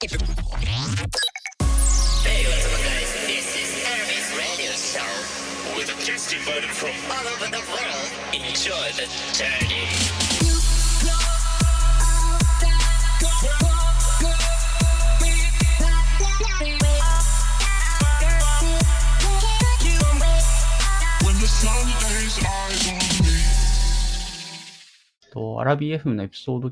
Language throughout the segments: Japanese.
Hey, what's up, guys? This is Aramis Radio Show with a guest invited from all over the world. Enjoy the journey. When the sun lays eyes on me. アラビ FM のエピソード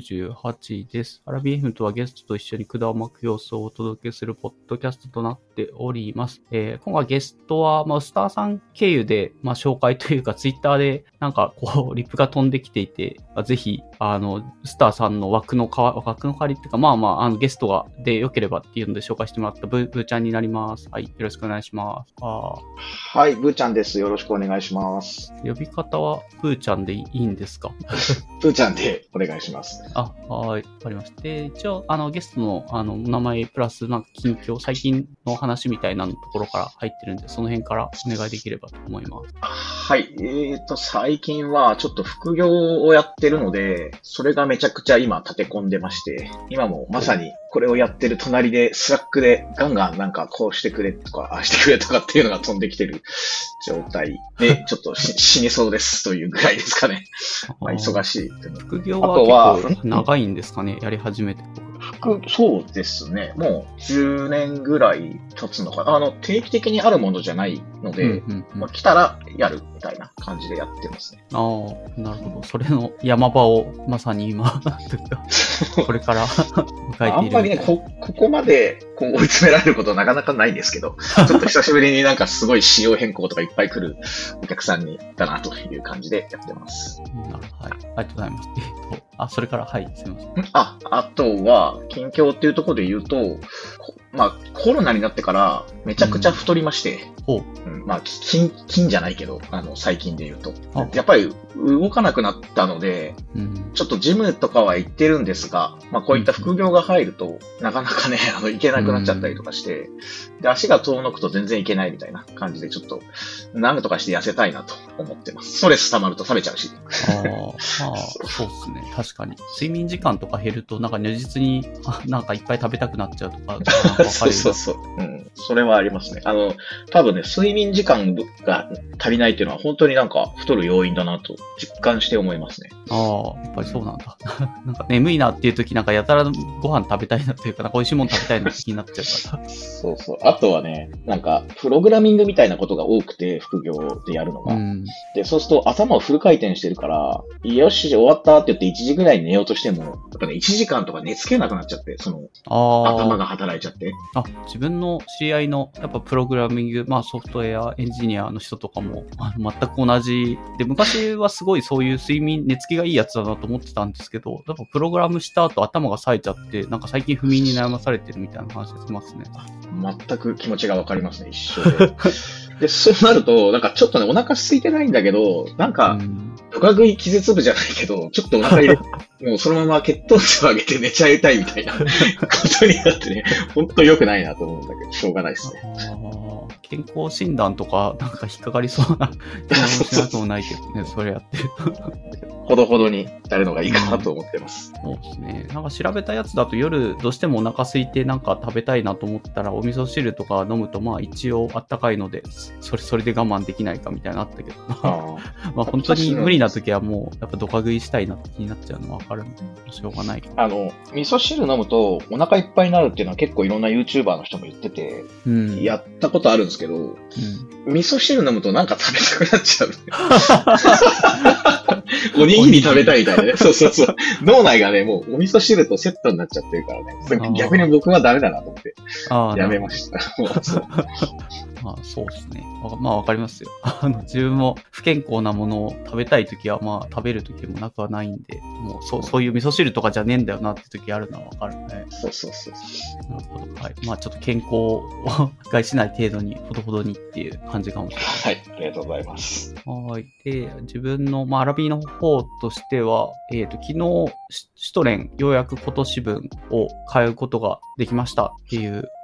98です。アラビ FM とはゲストと一緒に管を巻く様子をお届けするポッドキャストとなっております。今回ゲストは、スターさん経由で、紹介というかツイッターでリップが飛んできていて、ぜひ、スターさんの枠の代わりっていうか、ゲストがで良ければっていうので紹介してもらったブーちゃんになります。はい、よろしくお願いします。 はい、ブーちゃんです。よろしくお願いします。 呼び方はブーちゃんでいいんですか？ ブーちゃんでお願いします。 はい、わかりました。で、一応、ゲストの、お名前プラス、近況、最近の話みたいなところから入ってるんで、その辺からお願いできればと思います。 はい。最近はちょっと副業をやってるので、それがめちゃくちゃ今立て込んでまして、今もまさにこれをやってる隣で、スラックでガンガンこうしてくれとか、ああしてくれとかっていうのが飛んできてる状態で、ちょっと死にそうですというぐらいですかね。忙しい。 副業は結構長いんですかね、やり始めて。 そうですね。もう10年ぐらい経つのかな。定期的にあるものじゃないので、来たらやるみたいな感じでやってますね。 ああ、なるほど。それの山場をまさに今、これから迎えている。 あんまりね、ここまで追い詰められることはなかなかないんですけど、ちょっと久しぶりにすごい仕様変更とかいっぱい来るお客さんにだなという感じでやってます。 はい、ありがとうございます。それから、はい、すみません。 あとは、近況っていうところで言うと、コロナになってからめちゃくちゃ太りまして、金じゃないけど、最近で言うと。やっぱり動かなくなったので、ちょっとジムとかは行ってるんですが、こういった副業が入ると、なかなかね、行けなくなっちゃったりとかして、で、足が遠のくと全然行けないみたいな感じで、ちょっと、なんとかして痩せたいなと思ってます。ストレス溜まると食べちゃうし。 そうですね。確かに。睡眠時間とか減ると、如実に、いっぱい食べたくなっちゃうとか、 そう。それはありますね。多分ね、睡眠時間が足りないっていうのは本当に太る要因だなと実感して思いますね。 やっぱりそうなんだ。眠いなっていう時やたらご飯食べたいなというか、美味しいもの食べたいなって気になっちゃうから。 そう。あとはね、プログラミングみたいなことが多くて、副業でやるのが。で、そうすると頭をフル回転してるから、よし、終わったって言って1時ぐらいに寝ようとしても、やっぱね、1時間とか寝つけなくなっちゃって、頭が働いちゃって。 自分の知り合いの、やっぱプログラミング、ソフトウェアエンジニアの人とかも、全く同じ。で、昔はすごいそういう寝つきがいいやつだなと思ってたんですけど、やっぱプログラムした後頭が冴えちゃって、最近不眠に悩まされてるみたいな話しますね。 全く気持ちがわかりますね、一緒で。で、そうなると、ちょっとね、お腹空いてないんだけど、ドカ食い気絶部じゃないけど、ちょっとお腹入れ、もうそのまま血糖値を上げて寝ちゃいたいみたいなことになってね、ほんと良くないなと思うんだけど、しょうがないですね。 健康診断とか、引っかかりそうな気もしなくもないけどね、それやってると。 ほどほどにやるのがいいかなと思ってます。 そうですね。調べたやつだと夜どうしてもお腹空いて食べたいなと思ったらお味噌汁とか飲むと一応あったかいので、それで我慢できないかみたいなのあったけど。本当に無理な時はもうやっぱドカ食いしたいなって気になっちゃうのはわかるんで、しょうがない。 味噌汁飲むとお腹いっぱいになるっていうのは結構いろんな YouTuber の人も言ってて、やったことあるんですけど、味噌汁飲むと食べたくなっちゃう。おにぎり食べたいみたいなね。そう。脳内がね、もうお味噌汁とセットになっちゃってるからね。逆に僕はダメだなと思って、やめました。 そうですね。わかりますよ。自分も不健康なものを食べたいときは、食べるときもなくはないんで、もうそういう味噌汁とかじゃねえんだよなってときあるのはわかるね。 そう。 なるほど。はい。ちょっと健康を害しない程度に、ほどほどにっていう感じかもしれない。 はい。ありがとうございます。 はい。で、自分の、アラビの方としては、昨日、シュトレン、ようやく今年分を買うことができましたっていう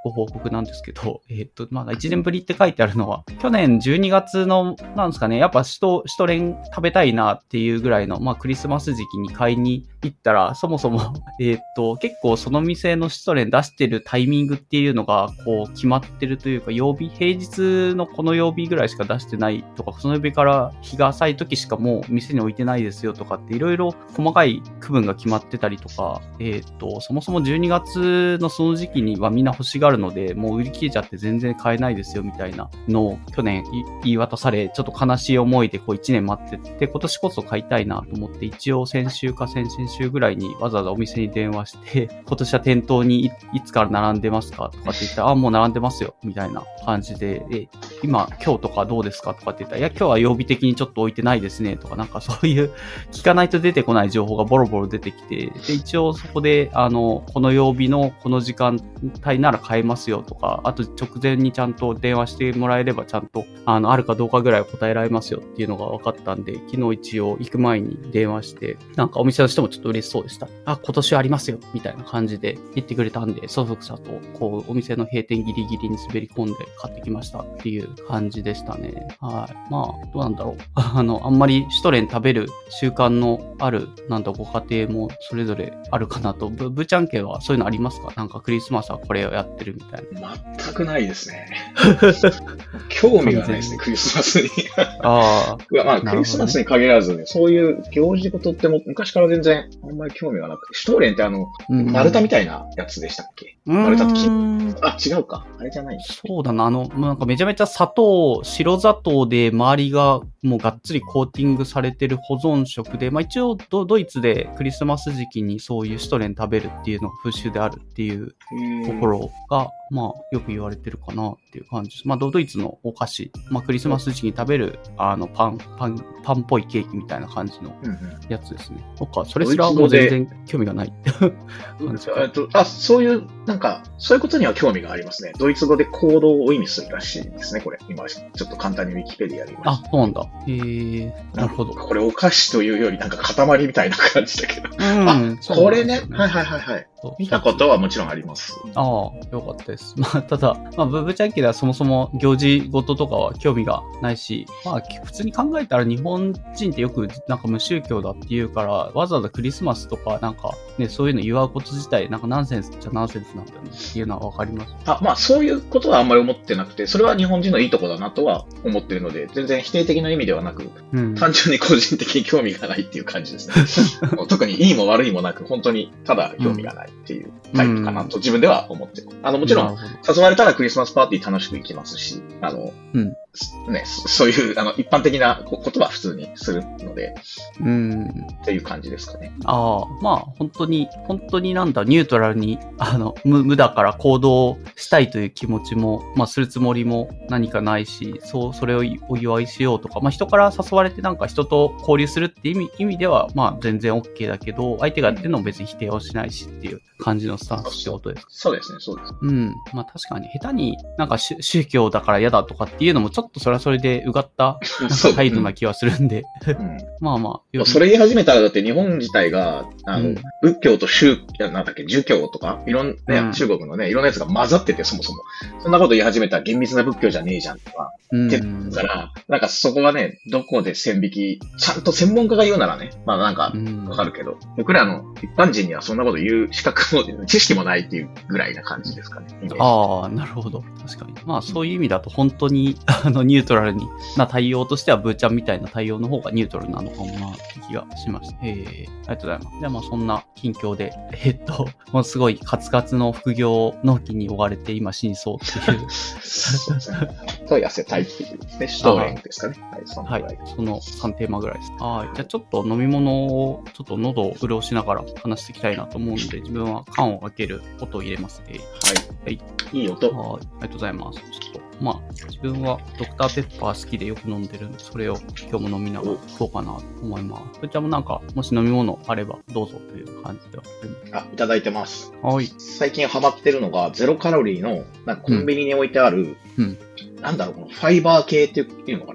ご報告なんですけど、まだ1年ぶりって書いてあるのは、去年12月の、なんですかね、やっぱシュトレン食べたいなっていうぐらいの、まあクリスマス時期に買いに行ったら、そもそも、結構その店のシュトレン出してるタイミングっていうのが、こう決まってるというか、曜日、平日のこの曜日ぐらいしか出してないとか、その曜日から日が浅い時しかもう店に置いてないですよとかっていろいろ細かい区分が決まってたりとか、そもそも12月のその時期にはみんな欲しがるので、もう売り切れちゃって全然買えないですよみたいなのを去年言い渡され、ちょっと悲しい思いでこう1年待ってて、今年こそ買いたいなと思って、一応先週か先々週ぐらいにわざわざお店に電話して、今年は店頭にいつから並んでますかとかって言ったら、もう並んでますよみたいな感じで、今日とかどうですかとかって言ったら、いや今日は曜日的にちょっと置いてないですねとか、なんかそういう聞かないと出てこない情報がボロボロ出てきて、で一応そこでこの曜日のこの時間帯なら買えますよとか、あと直前にちゃんと電話してもらえればちゃんとあるかどうかぐらい答えられますよっていうのが分かったんで、昨日一応行く前に電話して、なんかお店の人もちょっと嬉しそうでした。今年ありますよみたいな感じで言ってくれたんで、そそくさとこうお店の閉店ギリギリに滑り込んで買ってきましたっていう感じでしたね。はい。まあどうなんだろう。あんまりシュトレン食べる習慣のあるご家庭もそれぞれあるかなと。ブーちゃん家はそういうのありますか？なんかクリスマスはこれをやってるみたいな。 全くないですね。興味がないですね、クリスマスに。まあ、クリスマスに限らずね、そういう行事事っても昔から全然あんまり興味がなくて、シュトレンって丸太みたいなやつでしたっけ？丸太って違うか。あれじゃない。 そうだな、なんかめちゃめちゃ白砂糖で周りがもうがっつりコーティングされてる保存食で、まあ一応ドイツでクリスマス時期にそういうシュトレン食べるっていうのが風習であるっていうところが、まあよく言われてるかなっていう感じです。まあドイツのお菓子、まあクリスマス時期に食べるパンっぽいケーキみたいな感じのやつですね。それすらもう全然興味がない感じそういうなんかそういうことには興味がありますね。ドイツ語で行動を意味するらしいですね。これ今ちょっと簡単にウィキペディアで見ました。 そうなんだ。なるほど。 これお菓子というよりなんか塊みたいな感じだけど。これね。はい。見たことはもちろんあります。 よかったです。まあ、ただ、ブーちゃん家ではそもそも行事事とかは興味がないし、まあ、普通に考えたら日本人ってよくなんか無宗教だって言うから、わざわざクリスマスとかなんかね、そういうの祝うこと自体、なんかナンセンスじゃナンセンスなんだよねっていうのはわかります。 まあ、そういうことはあんまり思ってなくて、それは日本人のいいとこだなとは思ってるので、全然否定的な意味ではなく、単純に個人的に興味がないっていう感じですね。特にいいも悪いもなく、本当にただ興味がないっていうタイプかなと自分では思ってる。もちろん、誘われたらクリスマスパーティー楽しく行きますし、ね、そういう、一般的なことは普通にするので、っていう感じですかね。 まあ、本当になんだ、ニュートラルに、無だから行動したいという気持ちも、まあ、するつもりも何かないし、それをお祝いしようとか、まあ、人から誘われてなんか人と交流するって意味では、まあ、全然 OK だけど、相手がやってるのも別に否定をしないしっていう感じのスタンスってことですか？ そうですね、そうです。 まあ、確かに、下手になんか宗教だから嫌だとかっていうのもちょっとそれはそれでうがった態度な気はするんで。まあ。 それ言い始めたらだって日本自体が、仏教と儒教とか、いろんな、中国のね、いろんなやつが混ざっててそもそも。そんなこと言い始めたら厳密な仏教じゃねえじゃんとか。だから、なんかそこはね、どこで線引き、ちゃんと専門家が言うならね、まあなんか、わかるけど、僕らの一般人にはそんなこと言う資格も、知識もないっていうぐらいな感じですかね。 なるほど。確かに。まあそういう意味だと本当に、ニュートラルな対応としては、ブーちゃんみたいな対応の方がニュートラルなのかもな、って気がしました。ありがとうございます。じゃあまあそんな近況で、もうすごいカツカツの副業納期に追われて今死にそうっていう。 と痩せたいっていうですね、シュトーレンですかね。 はい、その3テーマぐらいです。じゃあちょっと飲み物を、ちょっと喉を潤しながら話していきたいなと思うので、自分は缶を開ける音を入れます。 はい。いい音。 ありがとうございます。ちょっと、まあ、自分はドクターペッパー好きでよく飲んでるんで、それを今日も飲みながら行こうかなと思います。そちらもなんか、もし飲み物あればどうぞという感じでは。 いただいてます。 はい。 最近ハマってるのが、ゼロカロリーの、なんかコンビニに置いてある、なんだろう、このファイバー系っていうのかな、なんか。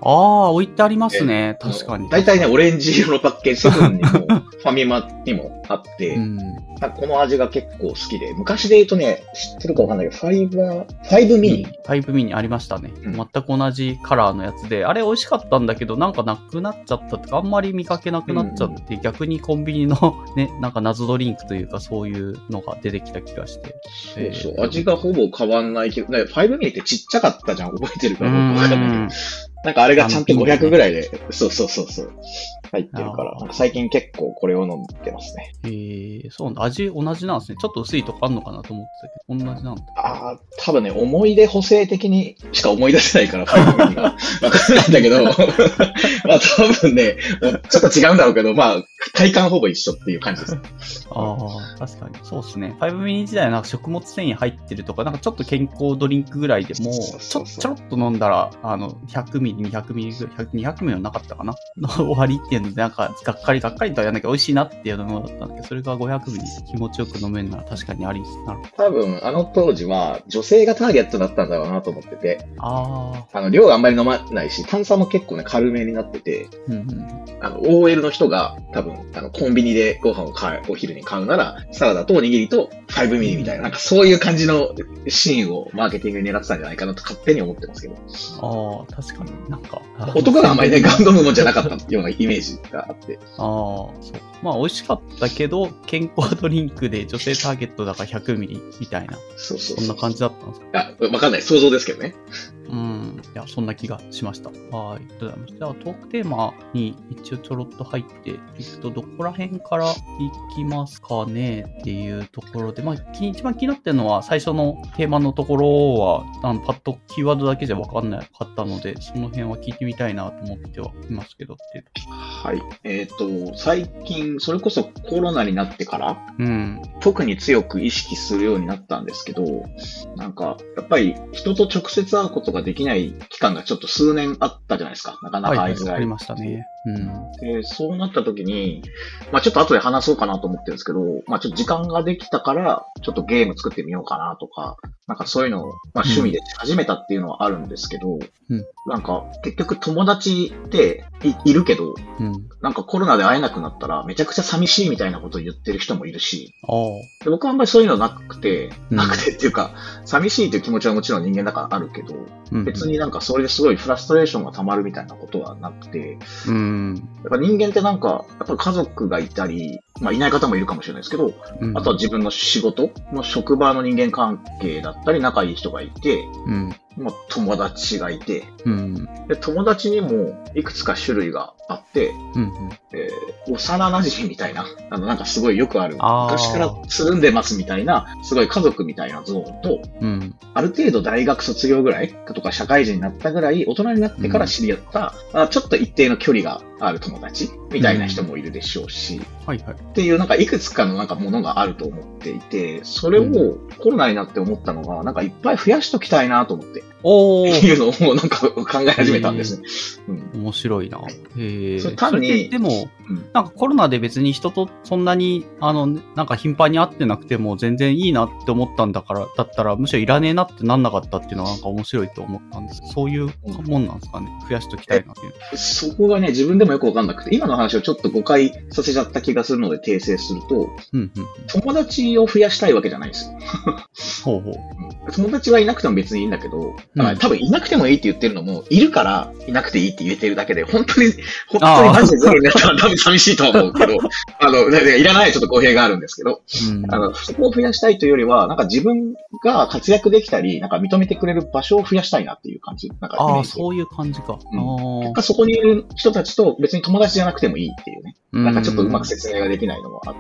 置いてありますね。確かに。 大体ね、オレンジ色のパッケージ、セブンにも、ファミマにもあって、この味が結構好きで、昔で言うとね、知ってるかわかんないけど、ファイブミニ。 ファイブミニありましたね。全く同じカラーのやつで、あれ美味しかったんだけど、なんかなくなっちゃったってか、あんまり見かけなくなっちゃって、逆にコンビニのね、なんか謎ドリンクというか、そういうのが出てきた気がして。 そうそう、味がほぼ変わんないけど、ファイブミニってちっちゃかったじゃん、覚えてるかどうかわかんないけど。なんかあれがちゃんと500ぐらいで、そう。入ってるから、なんか最近結構これを飲んでますね。 そうなんだ。味同じなんですね。ちょっと薄いとこあんのかなと思ってたけど、同じなんだ。 多分ね、思い出補正的にしか思い出せないから、ファイブミニが。わかんないんだけど、まあ多分ね、ちょっと違うんだろうけど、まあ、体感ほぼ一緒っていう感じです。 確かに。そうですね。ファイブミニ自体はなんか食物繊維入ってるとか、なんかちょっと健康ドリンクぐらいでも、ちょろっと飲んだら、100ミリ、200ミリぐらい、200ミリはなかったかなの終わりっていうので、なんか、がっかりとはやんなきゃ美味しいなっていうのだったんだけど、それが500ミリ気持ちよく飲めるなら確かにありです。なるほど。 多分、当時は女性がターゲットだったんだろうなと思ってて。量があんまり飲まないし、炭酸も結構ね、軽めになってて、OL の人が多分、コンビニでご飯をお昼に買うなら、サラダとおにぎりと5ミリみたいな、なんかそういう感じのシーンをマーケティングに狙ってたんじゃないかなと勝手に思ってますけど。 確かになんか。 男があんまりね、ガン飲むもんじゃなかったようなイメージがあって。 そう。まあ美味しかったけど、健康ドリンクで女性ターゲットだから100ミリみたいな。 そう。 そんな感じだったんですか？わかんない。想像ですけどね。 いや、そんな気がしました。はい。ありがとうございます。じゃあ、トークテーマに一応ちょろっと入っていくと、どこら辺からいきますかねっていうところで、まあ、一番気になってるのは、最初のテーマのところは、パッとキーワードだけじゃ分かんなかったので、その辺は聞いてみたいなと思ってはいますけどっていう。 はい。最近、それこそコロナになってから、特に強く意識するようになったんですけど、なんか、やっぱり人と直接会うことができない期間がちょっと数年あったじゃないですか。なかなか会いづらい。 ありましたね。 で、そうなった時に、まあちょっと後で話そうかなと思ってるんですけど、まあちょっと時間ができたから、ちょっとゲーム作ってみようかなとか、なんかそういうのを、まあ趣味で始めたっていうのはあるんですけど、なんか結局友達っているけど、なんかコロナで会えなくなったらめちゃくちゃ寂しいみたいなことを言ってる人もいるし、で僕はあんまりそういうのなくてっていうか、寂しいという気持ちはもちろん人間だからあるけど、別になんかそれですごいフラストレーションが溜まるみたいなことはなくて、やっぱ人間ってなんか、やっぱ家族がいたり、まあいない方もいるかもしれないですけど、あとは自分の仕事の職場の人間関係だったり仲いい人がいて、まあ友達がいて、で友達にもいくつか種類があって、幼馴染みたいな、なんかすごいよくある、昔からつるんでますみたいな、すごい家族みたいなゾーンと、ある程度大学卒業ぐらいとか社会人になったぐらい、大人になってから知り合った、ちょっと一定の距離がある友達みたいな人もいるでしょうし、っていうなんかいくつかのなんかものがあると思っていて、それをコロナになって思ったのが、なんかいっぱい増やしときたいなと思って。っていうのをなんか考え始めたんですね。 面白いな。 それ単にでも、なんかコロナで別に人とそんなに、なんか頻繁に会ってなくても全然いいなって思ったんだったら、むしろいらねえなってなんなかったっていうのはなんか面白いと思ったんです。そういうもんなんですかね。増やしときたいなっていう。 そこがね、自分でもよくわかんなくて、今の話をちょっと誤解させちゃった気がするので訂正すると、友達を増やしたいわけじゃないですよ。友達はいなくても別にいいんだけど、多分いなくてもいいって言ってるのも、いるからいなくていいって言えてるだけで、本当にマジでゼロになったら多分寂しいと思うけど、いらないちょっと語弊があるんですけど、そこを増やしたいというよりは、なんか自分が活躍できたり、なんか認めてくれる場所を増やしたいなっていう感じ。なんかそういう感じか。 結果そこにいる人たちと別に友達じゃなくてもいいっていうね。なんかちょっとうまく説明ができないのもあって、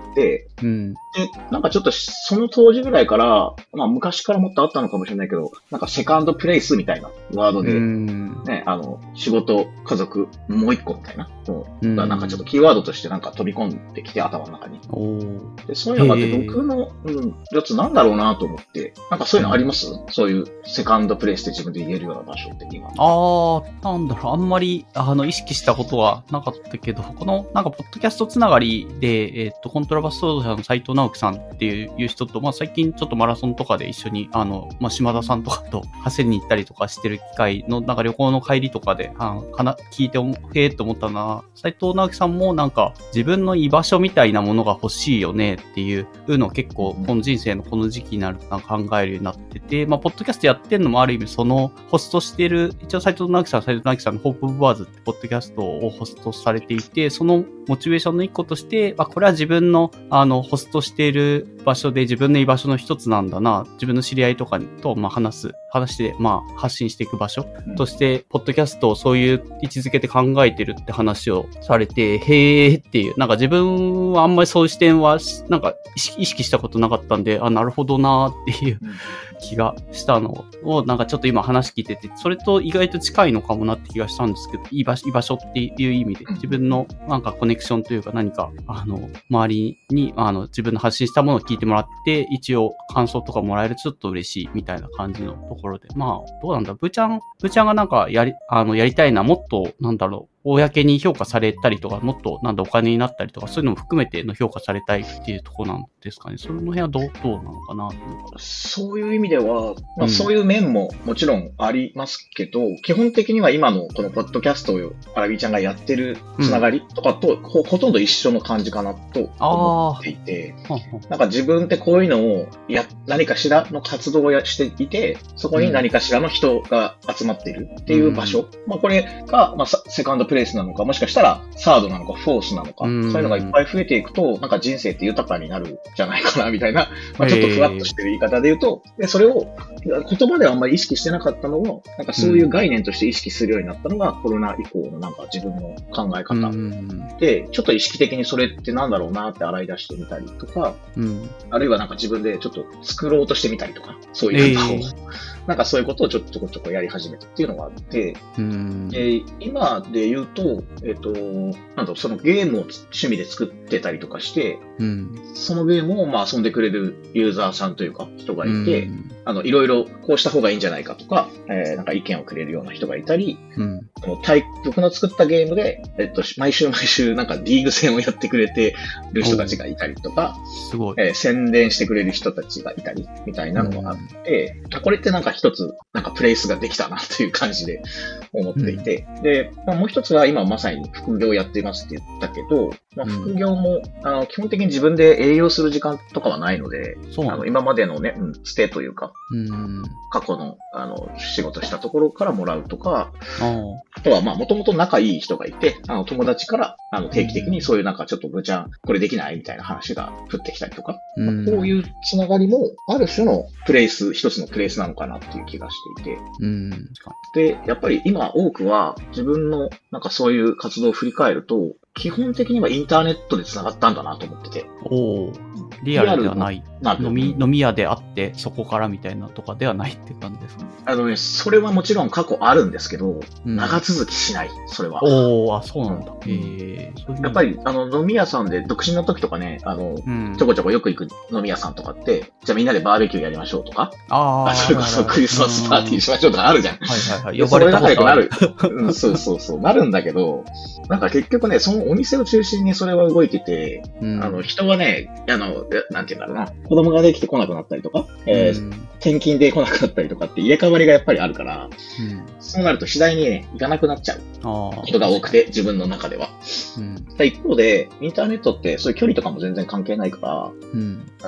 で、なんかちょっとその当時ぐらいから、まあ昔からもっとあったのかもしれないけど、なんかセカンドプレイスみたいなワードで、ね、仕事、家族、もう一個みたいな。なんかちょっとキーワードとしてなんか飛び込んできて頭の中に。でそういうのがあって僕の、やつなんだろうなと思って、なんかそういうのあります？そういうセカンドプレイスって自分で言えるような場所って今。 なんだろう、あんまり、意識したことはなかったけど、この、なんか、ポッドキャストつながりで、コントラバス奏者の斉藤直樹さんっていう人と、まあ、最近ちょっとマラソンとかで一緒に、まあ、島田さんとかと走りに行ったたりとかしてる機会の、なんか旅行の帰りとかで、聞いてへーって思ったな。斉藤直樹さんもなんか自分の居場所みたいなものが欲しいよねっていうのを結構この人生のこの時期になると考えるようになってて、まあ、ポッドキャストやってるのもある意味そのホストしてる、一応斉藤直樹さんのホープオブワーズってポッドキャストをホストされていて、そのモチベーションの一個として、これは自分のホストしている場所で自分の居場所の一つなんだな、自分の知り合いとかと話して、発信していく場所として、ポッドキャストをそういう位置づけで考えてるって話をされて、へーっていう、なんか自分はあんまりそういう視点は、なんか意識したことなかったんで、なるほどなーっていう気がしたのを、なんかちょっと今話聞いてて、それと意外と近いのかもなって気がしたんですけど、居場所っていう意味で、自分のなんかコネクションというか何か、周りに、自分の発信したものを聞いてもらって、一応感想とかもらえるとちょっと嬉しいみたいな感じのところで、どうなんだ、ブーちゃんがなんかやりたいな、もっと、公に評価されたりとか、もっと、お金になったりとか、そういうのも含めての評価されたいっていうところなんですかね。その辺はどうなのかなというか。 そういう意味では、そういう面ももちろんありますけど、基本的には今のこのポッドキャストをアラビーちゃんがやってるつながりとかと、ほとんど一緒の感じかなと思っていて、なんか自分ってこういうのを何かしらの活動をしていて、そこに何かしらの人が集まっているっていう場所。これが、セカンドプレイスなのか、もしかしたらサードなのか、フォースなのか、そういうのがいっぱい増えていくと、なんか人生って豊かになるんじゃないかな、みたいな、ちょっとふわっとしてる言い方で言うと、でそれを言葉ではあんまり意識してなかったのを、なんかそういう概念として意識するようになったのが、コロナ以降のなんか自分の考え方で、ちょっと意識的にそれってなんだろうなって洗い出してみたりとか、あるいはなんか自分でちょっと作ろうとしてみたりとか、そういう方を、なんかそういうことをちょこちょこやり始めたっていうのがあって、今で言うと、そのゲームを趣味で作ってたりとかして、そのゲームを遊んでくれるユーザーさんというか人がいて、いろいろこうした方がいいんじゃないかとか、なんか意見をくれるような人がいたり、僕の作ったゲームで、毎週なんかリーグ戦をやってくれてる人たちがいたりとか、 すごい宣伝してくれる人たちがいたり、みたいなのがあって、これってなんか一つ、なんかプレイスができたなという感じで思っていて、で、もう一つは今まさに副業をやっていますって言ったけど、副業も、基本的に自分で営業する時間とかはないので、今までのね、つてというか、過去の、仕事したところからもらうとか、あとは、もともと仲いい人がいて、友達から、定期的にそういうなんかちょっとぶちゃん、これできないみたいな話が降ってきたりとか、こういうつながりも、ある種の一つのプレイスなのかなっていう気がしていて、で、やっぱり今多くは自分のなんかそういう活動を振り返ると、基本的にはインターネットで繋がったんだなと思ってて。 リアルではない。飲み屋であって、そこからみたいなとかではないって感じですか？ それはもちろん過去あるんですけど、長続きしない、それは。 そうなんだ。 やっぱり、飲み屋さんで、独身の時とかね、ちょこちょこよく行く飲み屋さんとかって、じゃあみんなでバーベキューやりましょうとか、それこそクリスマスパーティーしましょうとかあるじゃん。 呼ばれたことある。 そう、なるんだけど、なんか結局ね、そのお店を中心にそれは動いてて、人はね、なんて言うんだろうな、子供ができてこなくなったりとか、転勤で来なくなったりとかって入れ替わりがやっぱりあるから、そうなると次第にね、行かなくなっちゃうことが多くて、自分の中では。一方で、インターネットってそういう距離とかも全然関係ないから、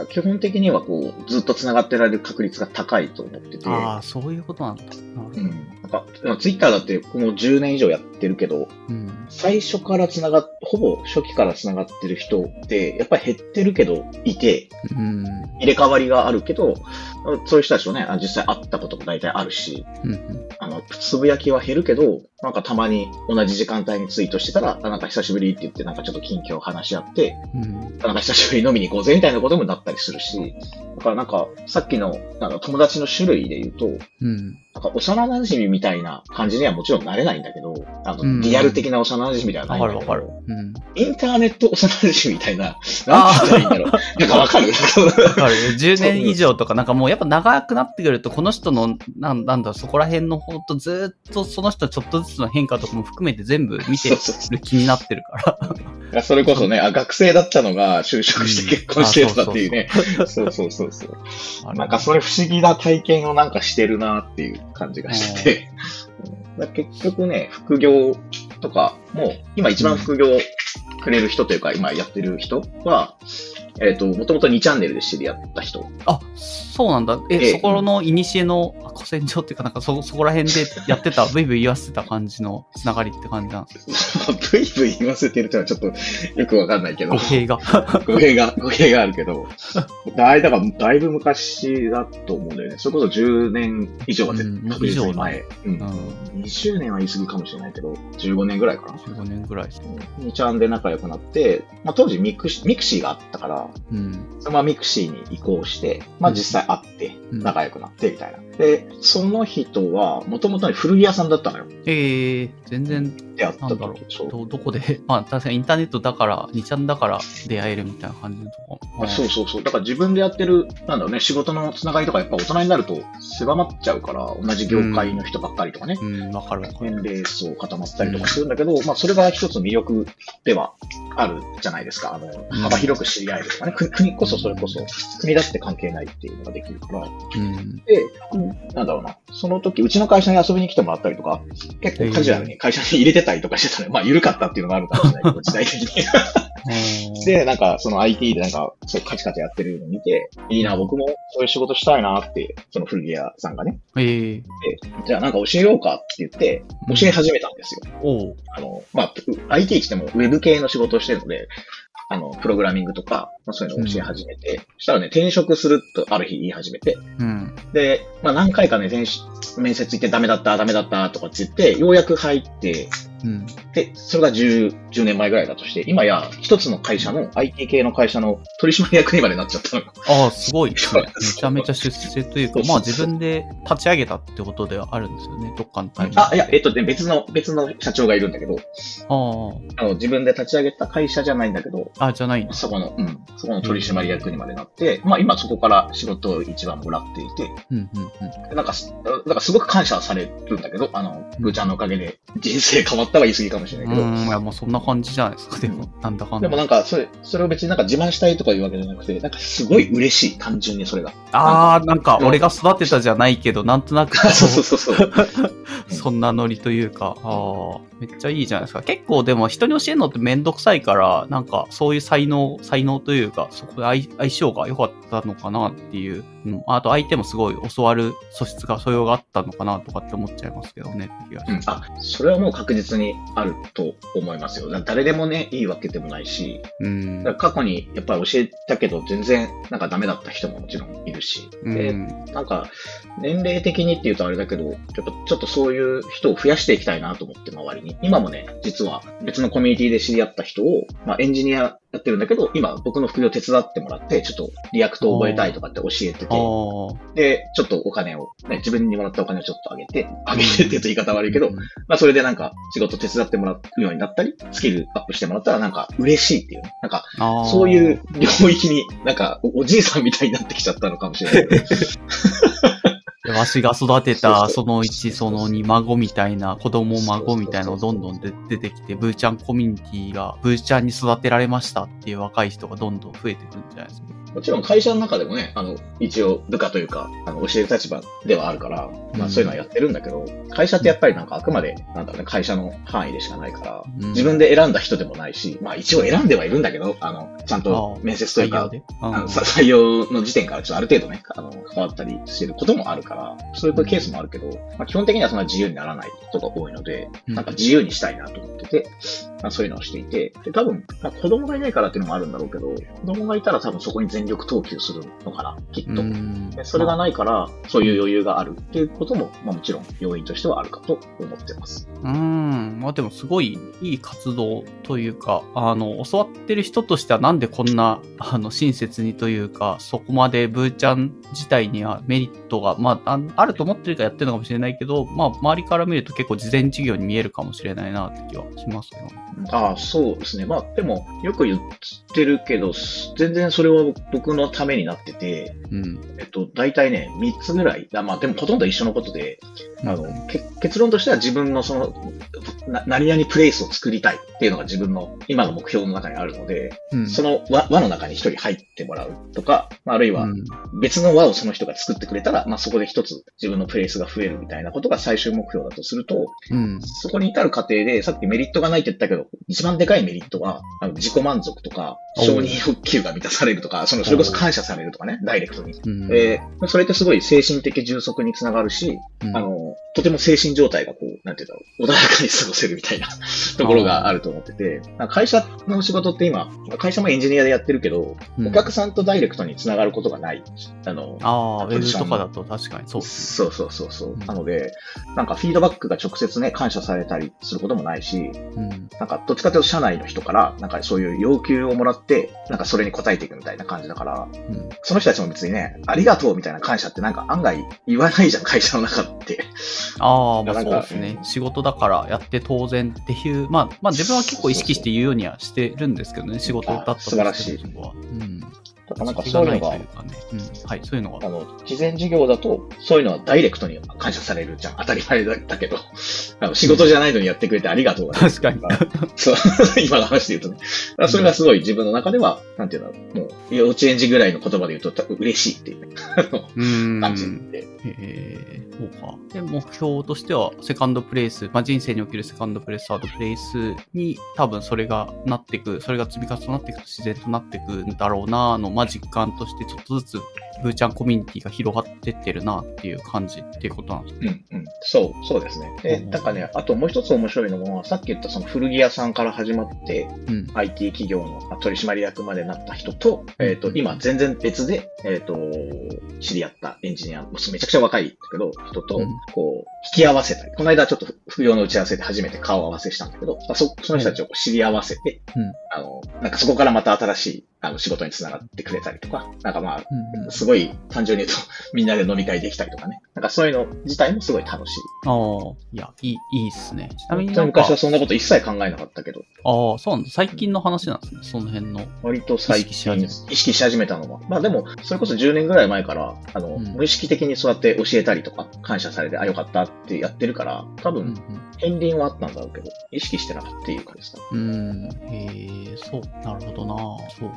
基本的にはこう、ずっと繋がってられる確率が高いと思ってて。 そういうことなんだ。 なんか、ツイッターだってこの10年以上やってるけど、最初からほぼ初期から繋がってる人って、やっぱり減ってるけど、いて、入れ替わりがあるけど、そういう人たちとね、実際会ったことも大体あるし、つぶやきは減るけど、なんかたまに同じ時間帯にツイートしてたら、なんか久しぶりって言ってなんかちょっと近況を話し合って、なんか久しぶりに飲みに行こうぜみたいなこともなったりするし、だからなんかさっきのなんか友達の種類で言うと、なんか幼馴染みたいな感じにはもちろんなれないんだけど、リアル的な幼馴染ではないんだけど、インターネット幼馴染みたいな、なんて言ったらいいんだろう。なんかわかる 10年以上とかなんかもうやっぱ長くなってくると、この人の、なんだ、そこら辺のほんとずずっとその人ちょっとずつの変化とかも含めて全部見てる気になってるから。 それこそね、学生だったのが就職して結婚してたっていうね。そうそうそうそう。なんかそれ不思議な体験をなんかしてるなっていう感じがしてて。結局ね、副業とかも、今一番副業くれる人というか、今やってる人は、もともと2チャンネルで知り合った人。 あ、そうなんだ。そこのイニシエの古戦場っていうか、なんかそこら辺でやってた、ブイブイ言わせてた感じのつながりって感じなんですか？ ブイブイ言わせてるってのはちょっとよくわかんないけど。 語弊が。 語弊があるけど。だいぶ昔だと思うんだよね。それこそ10年以上は確実に前。20年は言い過ぎかもしれないけど、15年ぐらいかな。 15年ぐらいですね。 2ちゃんで仲良くなって、当時ミクシーがあったから、そのままミクシーに移行して、実際会って、仲良くなってみたいな。で、その人は、もともと古着屋さんだったのよ。 全然、 出会ったなんだろう。どこで、確かにインターネットだから、2ちゃんだから出会えるみたいな感じのとこ。 そうそうそう。だから自分でやってる、なんだろうね、仕事のつながりとかやっぱ大人になると狭まっちゃうから、同じ業界の人ばっかりとかね。 わかる。 年齢層固まったりとかするんだけど、それが一つ魅力ではあるじゃないですか。幅広く知り合えるとかね。国こそそれこそ、国だって関係ないっていうのができるから。で、なんだろうな。その時、うちの会社に遊びに来てもらったりとか、結構カジュアルに会社に入れてたりとかしてたね。緩かったっていうのがあるかもしれないけど、時代的に。で、なんか、その IT でなんか、そうカチカチやってるのを見て、いいな、僕もそういう仕事したいなって、その古着屋さんがね。で、じゃあなんか教えようかって言って、教え始めたんですよ。IT って言ってもウェブ系の仕事をしてるので、プログラミングとか、そういうのを教え始めて、そしたらね、転職するとある日言い始めて、で、何回かね、面接行ってダメだったとかって言って、ようやく入って、で、それが10年前ぐらいだとして、今や一つの会社の、IT 系の会社の取締役にまでなっちゃったの。 ああ、すごいですね。めちゃめちゃ出世というか、自分で立ち上げたってことではあるんですよね、どっかのタイミング。 いや、別の社長がいるんだけど、自分で立ち上げた会社じゃないんだけど、 じゃないんだ。 そこの取締役にまでなって、今そこから仕事を一番もらっていて、なんかすごく感謝されるんだけど、ブーちゃんのおかげで人生変わったは言い過ぎかもしれないけど。 もうそんな感じじゃないですか、でも、なんだかんだ。 でもなんか、それを別になんか自慢したいとかいうわけじゃなくて、なんかすごい嬉しい、単純にそれが。 なんか俺が育てたじゃないけど、なんとなく。 そう。 そんなノリというか、めっちゃいいじゃないですか。結構でも人に教えるのってめんどくさいから、なんかそういう才能というか、そこで相性が良かったのかなっていう。あと相手もすごい教わる素養があったのかなとかって思っちゃいますけどね。 それはもう確実にあると思いますよ。誰でもね、いいわけでもないし、過去にやっぱり教えたけど全然なんかダメだった人ももちろんいるし、で、なんか年齢的にっていうとあれだけど、ちょっとそういう人を増やしていきたいなと思って周りに。今もね、実は別のコミュニティで知り合った人を、エンジニアやってるんだけど、今僕の副業手伝ってもらって、ちょっとリアクトを覚えたいとかって教えてて、で、ちょっとお金を、ね、自分にもらったお金をちょっと上げてって言うと言い方悪いけど、それでなんか仕事手伝ってもらうようになったり、スキルアップしてもらったらなんか嬉しいっていう、なんか、そういう領域になんかおじいさんみたいになってきちゃったのかもしれない。 わしが育てたその1、その2孫みたいな、子供孫みたいなのがどんどん出てきて、ブーちゃんコミュニティがブーちゃんに育てられましたっていう若い人がどんどん増えてくるんじゃないですか。 もちろん会社の中でもね、一応部下というか、教える立場ではあるから、そういうのはやってるんだけど、会社ってやっぱりなんかあくまで、なんだろうね、会社の範囲でしかないから、自分で選んだ人でもないし、一応選んではいるんだけど、ちゃんと面接というか、採用の時点からちょっとある程度ね、関わったりしてることもあるから、そういうケースもあるけど、基本的にはそんな自由にならないことが多いので、なんか自由にしたいなと思ってて、そういうのをしていて、で、多分、子供がいないからっていうのもあるんだろうけど、子供がいたら多分そこに全力投球するのかな、きっと。でそれがないから、そういう余裕があるっていうことも、もちろん要因としてはあるかと思ってます。 でもすごいいい活動というか、教わってる人としてはなんでこんな、親切にというか、そこまでブーちゃん自体にはメリットが、あると思ってるからやってるのかもしれないけど、周りから見ると結構事前事業に見えるかもしれないなって気はしますけど。 そうですね。まあ、でも、よく言ってるけど、全然それは僕のためになってて、大体ね、3つぐらい。まあ、でもほとんど一緒のことで、結論としては自分の何々プレイスを作りたいっていうのが自分の今の目標の中にあるので、その輪の中に一人入ってもらうとか、あるいは別の輪をその人が作ってくれたら、まあ、そこで一つ自分のプレイスが増えるみたいなことが最終目標だとすると、そこに至る過程で、さっきメリットがないって言ったけど、一番でかいメリットは、自己満足とか、承認欲求が満たされるとか、それこそ感謝されるとかね、ダイレクトに。それってすごい精神的充足につながるし、とても精神状態がなんていうんだろう、穏やかに過ごせるみたいなところがあると思ってて、会社の仕事って今、会社もエンジニアでやってるけど、お客さんとダイレクトにつながることがない。 ウェブとかだと確かにそうですね。そう。なので、なんかフィードバックが直接ね、感謝されたりすることもないし、なんかどっちかというと社内の人から、なんかそういう要求をもらって、なんかそれに応えていくみたいな感じだから、その人たちも別にね、ありがとうみたいな感謝ってなんか案外言わないじゃん、会社の中って。 まあそうですね。仕事だからやって当然っていう、まあ自分は結構意識して言うようにはしてるんですけどね、仕事だったと素晴らしい。だからなんかそういうのが、はい、そういうのが。事前事業だと、そういうのはダイレクトに感謝されるじゃん。当たり前だったけど、仕事じゃないのにやってくれてありがとうが、ね。 確かに。 そう、今の話で言うとね。それがすごい自分の中では、なんていうの、もう、幼稚園児ぐらいの言葉で言うと、嬉しいっていう感じで。 そうか。で、目標としては、セカンドプレイス、まあ、人生におけるセカンドプレイス、サードプレイスに、多分それがなっていく、それが積み重なっていくと自然となっていくんだろうな、まあ、実感としてちょっとずつ、ブーちゃんコミュニティが広がってってるなっていう感じっていうことなんですね。 そうですね。だからね、あともう一つ面白いのは、さっき言ったその古着屋さんから始まって、IT 企業の取締役までなった人と、今全然別で、知り合ったエンジニア、めちゃくちゃ若いけど、人と、引き合わせたり、この間ちょっと副業の打ち合わせで初めて顔合わせしたんだけど、その人たちを知り合わせて、なんかそこからまた新しい仕事につながってくれたりとか、なんかまあ、すごい単純に言うとみんなで飲み会できたりとかね。なんかそういうの自体もすごい楽しい。 いや、いいっすね。ちなみに昔はそんなこと一切考えなかったけど。 そうなんだ。最近の話なんですね。その辺の。 割と最近意識し始めたのは。まあでも、それこそ10年ぐらい前から、無意識的にそうやって教えたりとか、感謝されて、よかったってやってるから、多分、片鱗はあったんだろうけど、意識してなかったっていう感じですか。 そう、なるほどな。そう。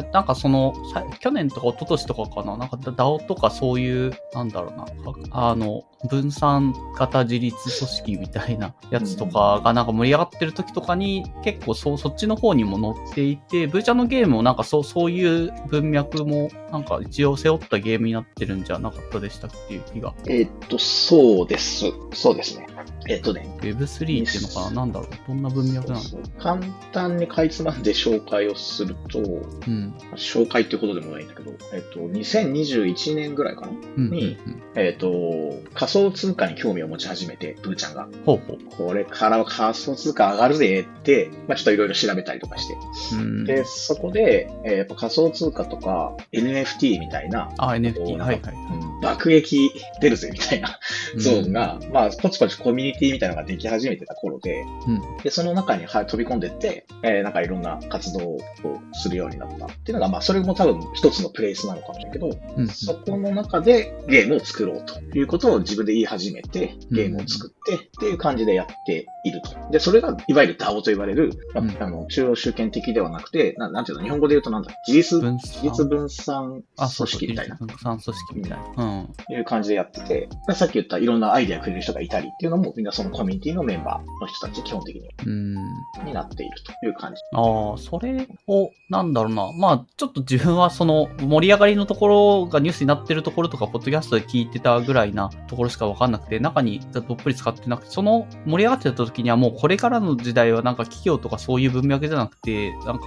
なんか去年とか一昨年とかかな、なんか DAO とかそういう、なんだろうな、分散型自立組織みたいなやつとかがなんか盛り上がってる時とかに、結構そっちの方にも載っていて、ブーちゃんのゲームもなんかそういう文脈もなんか一応背負ったゲームになってるんじゃなかったでしたっていう気が。 そうです。そうですね。 Web3 っていうのかな、なんだろう、どんな文脈なの？ 簡単にかいつまんで紹介をすると、紹介っていうことでもないんだけど、2021年ぐらいかな、に、仮想通貨に興味を持ち始めて、ブーちゃんが。これからは仮想通貨上がるぜって、まあちょっといろいろ調べたりとかして。で、そこで、やっぱ仮想通貨とか NFT みたいな、 NFT、はい。 爆撃出るぜみたいなゾーンが、まあポチポチコミュニティみたいなのができ始めてた頃で、で、その中に飛び込んでって、なんかいろんな活動をするようになったっていうのが、まあそれも多分一つのプレイスなのかもしれないけど、そこの中でゲームを作ろうということを自分で言い始めて、ゲームを作ってっていう感じでやっていると。で、それがいわゆる DAO と言われる、中央集権的ではなくて、なんていうの、日本語で言うとなんだ、自立分散組織みたいな。 分散組織みたいな。 いう感じでやってて、さっき言ったいろんなアイデアくれる人がいたりっていうのも、みんなそのコミュニティのメンバーの人たち基本的にになっているという感じ。 それを、なんだろうな。まあ、ちょっと自分はその盛り上がりのところがニュースになってるところとか、ポッドキャストで聞いてたぐらいなところしかわかんなくて、中にどっぷり使ってなくて、その盛り上がってた時にはもうこれからの時代はなんか企業とかそういう文脈じゃなくて、なんか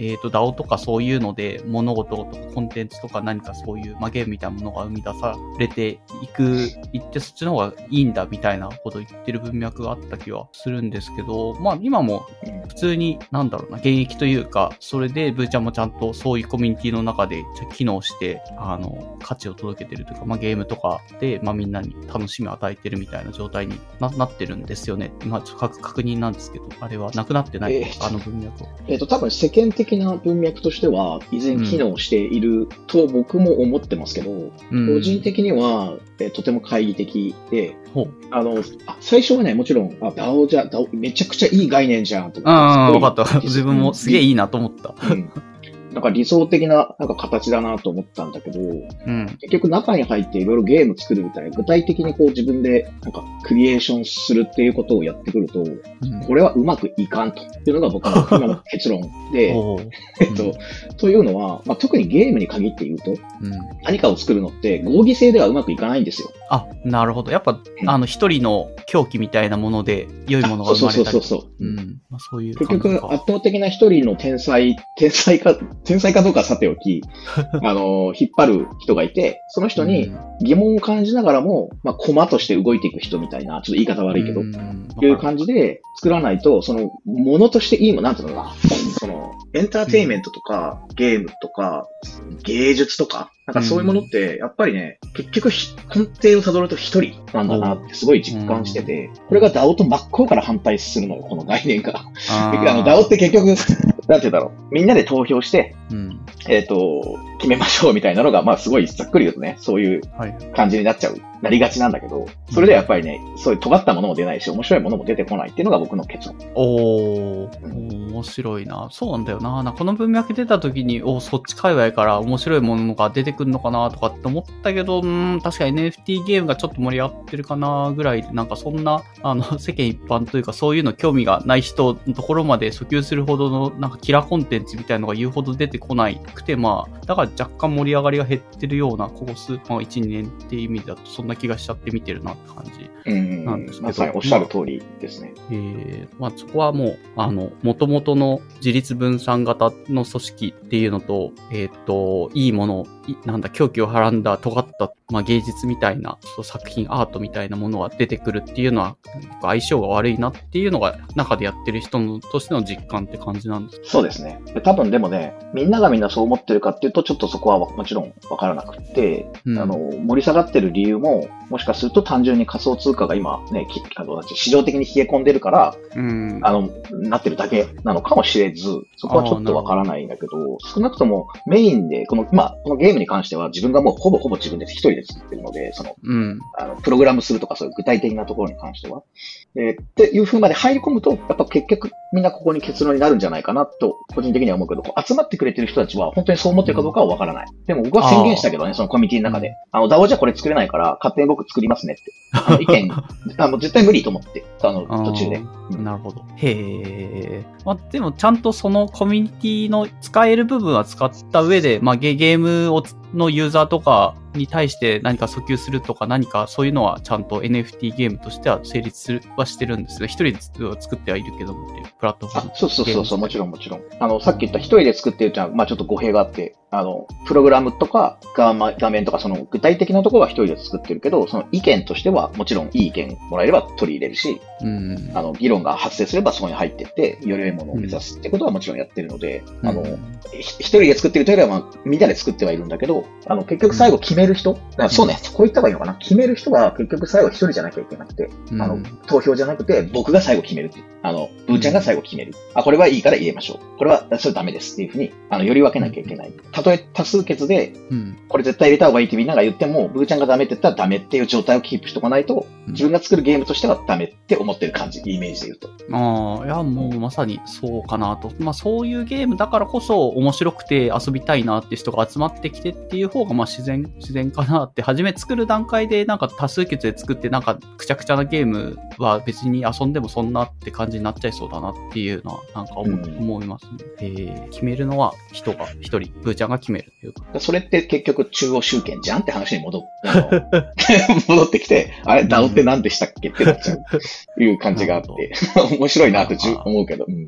DAO とかそういうので物事とかコンテンツとか何かそういう、ゲームみたいなものが生み出されていってそっちの方がいいんだみたいなことを言ってる文脈があった気はするんですけど、今も普通に現役というか、それでブーちゃんもちゃんとそういうコミュニティの中で機能して、価値を届けてるというか、ゲームとかで、みんなに楽しみを与えてるみたいな状態に なってるんですよね。確認なんですけど、あれはなくなってない、文脈を。 多分世間的な文脈としては、依然機能していると僕も思ってますけど、個人的には、とても懐疑的で、最初はね、もちろん、DAO めちゃくちゃいい概念じゃんとか。分かった。自分もすげえいいなと思った。 なんか理想的な形だなと思ったんだけど、結局中に入っていろいろゲーム作るみたいな、具体的に自分でクリエーションするっていうことをやってくると、これはうまくいかんというのが僕の今の結論で、というのは、特にゲームに限って言うと、何かを作るのって合議制ではうまくいかないんですよ。 あ、なるほど。やっぱ、一人の狂気みたいなもので良いものが生まれたり。そういう。 結局、圧倒的な一人の天才かどうかはさておき、引っ張る人がいて、その人に疑問を感じながらも、駒として動いていく人みたいな、ちょっと言い方悪いけど、いう感じで作らないと、ものとしていいもの、なんていうのかな、エンターテインメントとか、ゲームとか、芸術とか、そういうものって、やっぱりね、結局、根底を辿ると一人なんだなってすごい実感してて、これが DAO と真っ向から反対するのよ、この概念が。DAO って結局、なんていうんだろう、みんなで投票して、決めましょうみたいなのが、すごいざっくり言うとね、そういう感じになりがちなんだけど、それでやっぱりね、そういう尖ったものも出ないし、面白いものも出てこないっていうのが僕の結論。 面白いな。そうなんだよな。この文脈出た時に、そっち界隈から面白いものが出てくるのかなとかって思ったけど、確かに NFT ゲームがちょっと盛り上がってるかなぐらいで、そんな、世間一般というかそういうの興味がない人のところまで訴求するほどの、キラーコンテンツみたいなのが言うほど出てこないくて、だから若干盛り上がりが減ってるような、ここ1、2年っていう意味だと、そんな気がしちゃって見てるなって感じなんですけど。 まさにおっしゃる通りですね。 そこはもう、元々の自立分散型の組織っていうのと、いいもの、狂気をはらんだ尖った、芸術みたいな作品、アートみたいなものが出てくるっていうのは、相性が悪いなっていうのが、中でやってる人としての実感って感じなんですか？ そうですね。多分でもね、みんながみんなそう思ってるかっていうと、ちょっとそこはもちろんわからなくて、盛り下がってる理由も、もしかすると単純に仮想通貨が今ね、市場的に冷え込んでるから、なってるだけなのかもしれず、そこはちょっとわからないんだけど、少なくともメインで、このゲームに関しては自分がもうほぼ自分で一人で作ってるので、プログラムするとかそういう具体的なところに関しては。っていう風まで入り込むと、やっぱ結局みんなここに結論になるんじゃないかなと、個人的には思うけど、集まってくれてる人たちは本当にそう思ってるかどうかはわからない。でも僕は宣言したけどね、そのコミュニティの中で。DAO じゃこれ作れないから、勝手に僕作りますねって。意見、絶対無理と思って、途中で。 なるほど。へー。でもちゃんとそのコミュニティの使える部分は使った上で、ゲームのユーザーとかに対して何か訴求するとか何かそういうのはちゃんと NFT ゲームとしては成立はしてるんですよ。一人で作ってはいるけどもっていうプラットフォーム。 そう、もちろん。さっき言った一人で作ってるじゃん、ちょっと語弊があって、プログラムとか画面とかその具体的なところは一人で作ってるけど、その意見としてはもちろんいい意見もらえれば取り入れるし、議論が発生すればそこに入っていって、より良いものを目指すってことはもちろんやってるので、一人で作ってるというよりはみんなで作ってはいるんだけど、結局最後決める人、そうね、こう言った方がいいのかな。決める人は結局最後一人じゃなきゃいけなくて、投票じゃなくて僕が最後決めるっていう。ブーちゃんが最後決める。これはいいから入れましょう。これは、それダメですっていうふうに、より分けなきゃいけない。たとえ多数決で、これ絶対入れた方がいいってみんなが言っても、ブーちゃんがダメって言ったらダメっていう状態をキープしておかないと、自分が作るゲームとしてはダメって思ってる感じ、イメージで言うと。 いや、もうまさにそうかなと。そういうゲームだからこそ面白くて遊びたいなって人が集まってきてっていう方が、自然かなって、初め作る段階で多数決で作ってくちゃくちゃなゲームは別に遊んでもそんなって感じになっちゃいそうだなっていうのは思いますね。決めるのは人が一人、ブーちゃんが決めるっていうか。 それって結局中央集権じゃんって話に戻ってきて、あれ、DAO って何でしたっけってなっちゃういう感じがあって、面白いなって思うけど。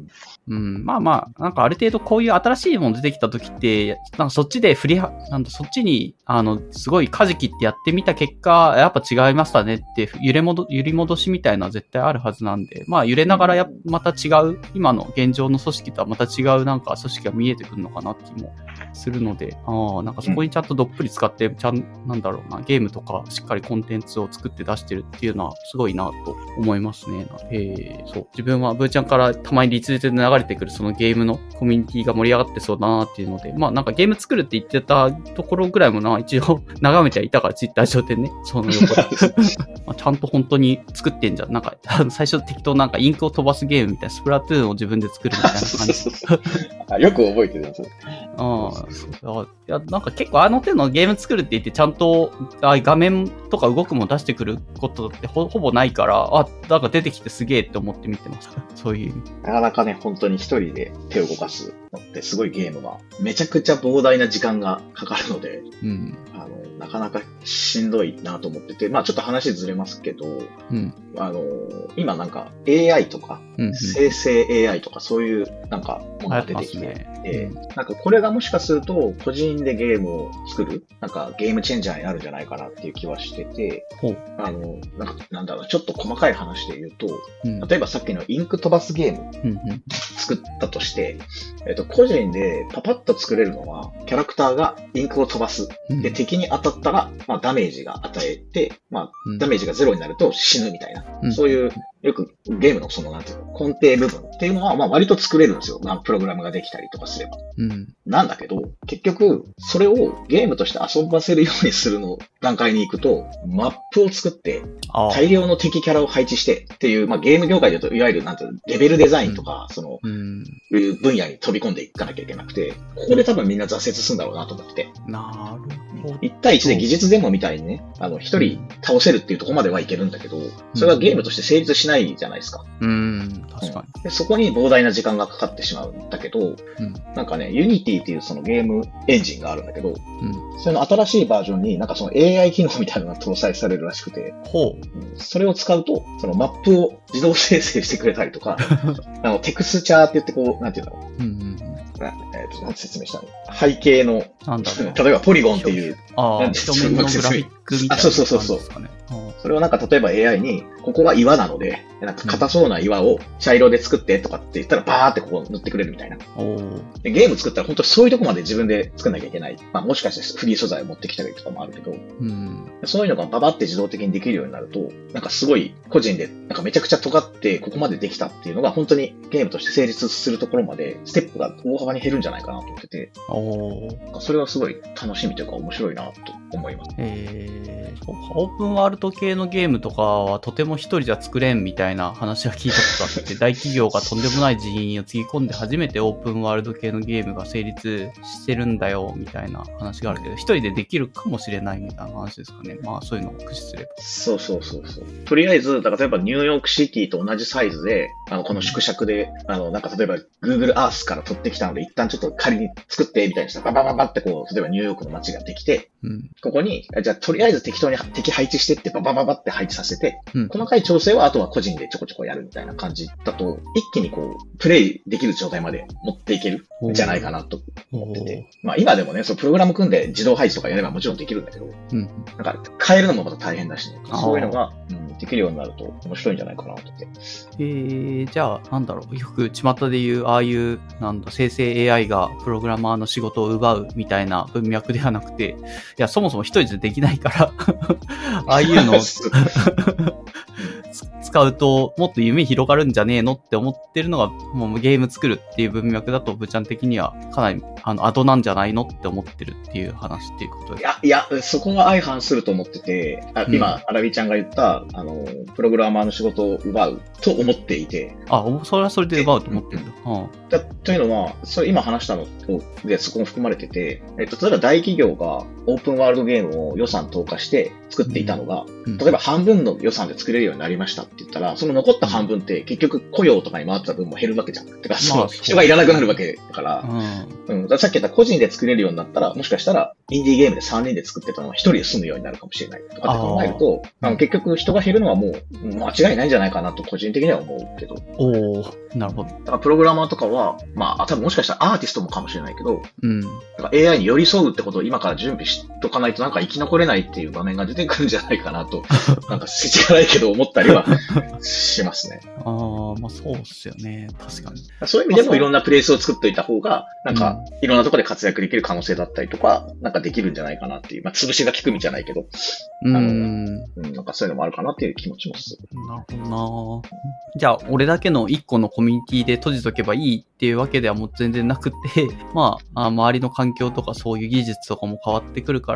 うん、まあまあ、なんかある程度こういう新しいもの出てきた時って、なんかそっちでそっちに、すごい舵切ってやってみた結果、やっぱ違いましたねって、揺り戻しみたいなのは絶対あるはずなんで、まあ揺れながらまた違う、今の現状の組織とはまた違うなんか組織が見えてくるのかなって気もするので、なんかそこにちゃんとどっぷり使って、なんだろうな、ゲームとかしっかりコンテンツを作って出してるっていうのはすごいなと思いますね。そう。自分はブーちゃんからたまにリツイートで流れてくるそのゲームのコミュニティが盛り上がってそうだなっていうので、まあなんかゲーム作るって言ってたところぐらいもな、一応眺めてはいたからツイッター上でね、その横で。まあちゃんと本当に作ってんじゃん。なんか最初適当なんかインクを飛ばすゲームみたいなスプラトゥーンを自分で作るみたいな感じ。 よく覚えてるんですよ。 いや、なんか結構あの手のゲーム作るって言ってちゃんと画面とか動くもの出してくることってほぼないから、なんか出てきてすげえって思って見てます。そういう意味。 なかなかね、本当に一人で手を動かすのってすごいゲームはめちゃくちゃ膨大な時間がかかるので、 うん、 なかなかしんどいなと思ってて、まあちょっと話ずれますけど、 うん、 今なんか AI とか、生成 AI とかそういうなんかものが出てきて、なんかこれがもしかすると個人でゲームを作る、なんかゲームチェンジャーになるんじゃないかなっていう気はしてて、なんだろう、ちょっと細かい話で言うと、例えばさっきのインク飛ばすゲーム作ったとして、個人でパパッと作れるのは、キャラクターがインクを飛ばす。で、敵に当たったら、まあダメージが与えて、まあダメージがゼロになると死ぬみたいな、そういう、よくゲームのその、なんていうの、根底部分っていうのは、まあ割と作れるんですよ。プログラムができたりとかすれば。なんだけど、結局、それをゲームとして遊ばせるようにするの段階に行くと、マップを作って、大量の敵キャラを配置してっていう、まあゲーム業界で言うと、いわゆる、なんていうの、レベルデザインとか、いう分野に飛び込んでいかなきゃいけなくて、ここで多分みんな挫折するんだろうなと思って。 なるほど。 1対1で技術デモみたいにね、一人倒せるっていうところまではいけるんだけど、それはゲームとして成立しないじゃないですか。 確かに。 でそこに膨大な時間がかかってしまうんだけど、なんかね、Unity っていうそのゲームエンジンがあるんだけど、それの新しいバージョンになんかその AI 機能みたいなのが搭載されるらしくて、それを使うと、そのマップを自動生成してくれたりとか、テクスチャーって言ってこう、なんていうんだろう。なんて説明したの？背景の、例えばポリゴンっていう、 表面のグラフィックみたいな。 そう。それをなんか例えば AI に、ここは岩なので、なんか硬そうな岩を茶色で作ってとかって言ったらバーってこう塗ってくれるみたいな。でゲーム作ったら本当にそういうとこまで自分で作んなきゃいけない。まあもしかしてフリー素材を持ってきたりとかもあるけど、そういうのがババって自動的にできるようになると、なんかすごい個人でなんかめちゃくちゃ尖ってここまでできたっていうのが本当にゲームとして成立するところまでステップが大幅に減るんじゃないかなと思ってて、それはすごい楽しみというか面白いなと思います。 オープンワールド系のゲームとかはとても一人じゃ作れんみたいな話は聞いたことあって、大企業がとんでもない人員をつぎ込んで初めてオープンワールド系のゲームが成立してるんだよみたいな話があるけど、一人でできるかもしれないみたいな話ですかね。まあそういうのを駆使すれば。 そう。とりあえず、だから例えばニューヨークシティと同じサイズで、この縮尺で、なんか例えば Google Earth から取ってきたので、一旦ちょっと仮に作ってみたいにしたら、ババババってこう、例えばニューヨークの街ができて、ここに、じゃあとりあえず適当に敵配置してってババババって配置させて、細かい調整はあとは個人でちょこちょこやるみたいな感じだと、一気にこう、プレイできる状態まで持っていけるんじゃないかなと思ってて。まあ今でもね、そうプログラム組んで自動配置とかやればもちろんできるんだけど、なんか変えるのもまた大変だしね。そういうのが、できるようになると面白いんじゃないかなと思って。 じゃあ、なんだろう、よく巷で言う、ああいう、生成 AI がプログラマーの仕事を奪うみたいな文脈ではなくて、いや、そもそも一人じゃできないから、ああいうのを使うともっと夢広がるんじゃねえのって思ってるのが、もうゲーム作るっていう文脈だと、ブちゃん的にはかなりアドなんじゃないのって思ってるっていう話っていうことですか？ いや、そこは相反すると思ってて、今、アラビちゃんが言った、プログラマーの仕事を奪うと思っていて。 それはそれで奪うと思ってるんだ。 というのは、それ今話したのでそこも含まれてて、例えば大企業がオープンワールドゲームを予算投下して作っていたのが、例えば半分の予算で作れるようになりましたって言ったら、その残った半分って結局雇用とかに回ってた分も減るわけじゃん。てか、その人がいらなくなるわけだから、だからさっき言った個人で作れるようになったら、もしかしたらインディーゲームで3人で作ってたのが1人で済むようになるかもしれないとかって考えると、結局人が減るのはもう間違いないんじゃないかなと個人的には思うけど。 なるほど。 だからプログラマーとかは、多分もしかしたらアーティストもかもしれないけど、だから AI に寄り添うってことを今から準備しとかないとなんか生き残れないっていう場面が出てくるんじゃないかなと、なんか世知がないけど思ったりはしますね。 そうっすよね。確かに。 そういう意味でもいろんなプレイスを作っといた方が、なんかいろんなところで活躍できる可能性だったりとか、なんかできるんじゃないかなっていう、潰しが効くみじゃないけど、なんかそういうのもあるかなっていう気持ちもする。 なるほどな。じゃあ、俺だけの一個のコミュニティで閉じとけばいいっていうわけではもう全然なくて、周りの環境とかそういう技術とかも変わってくるから、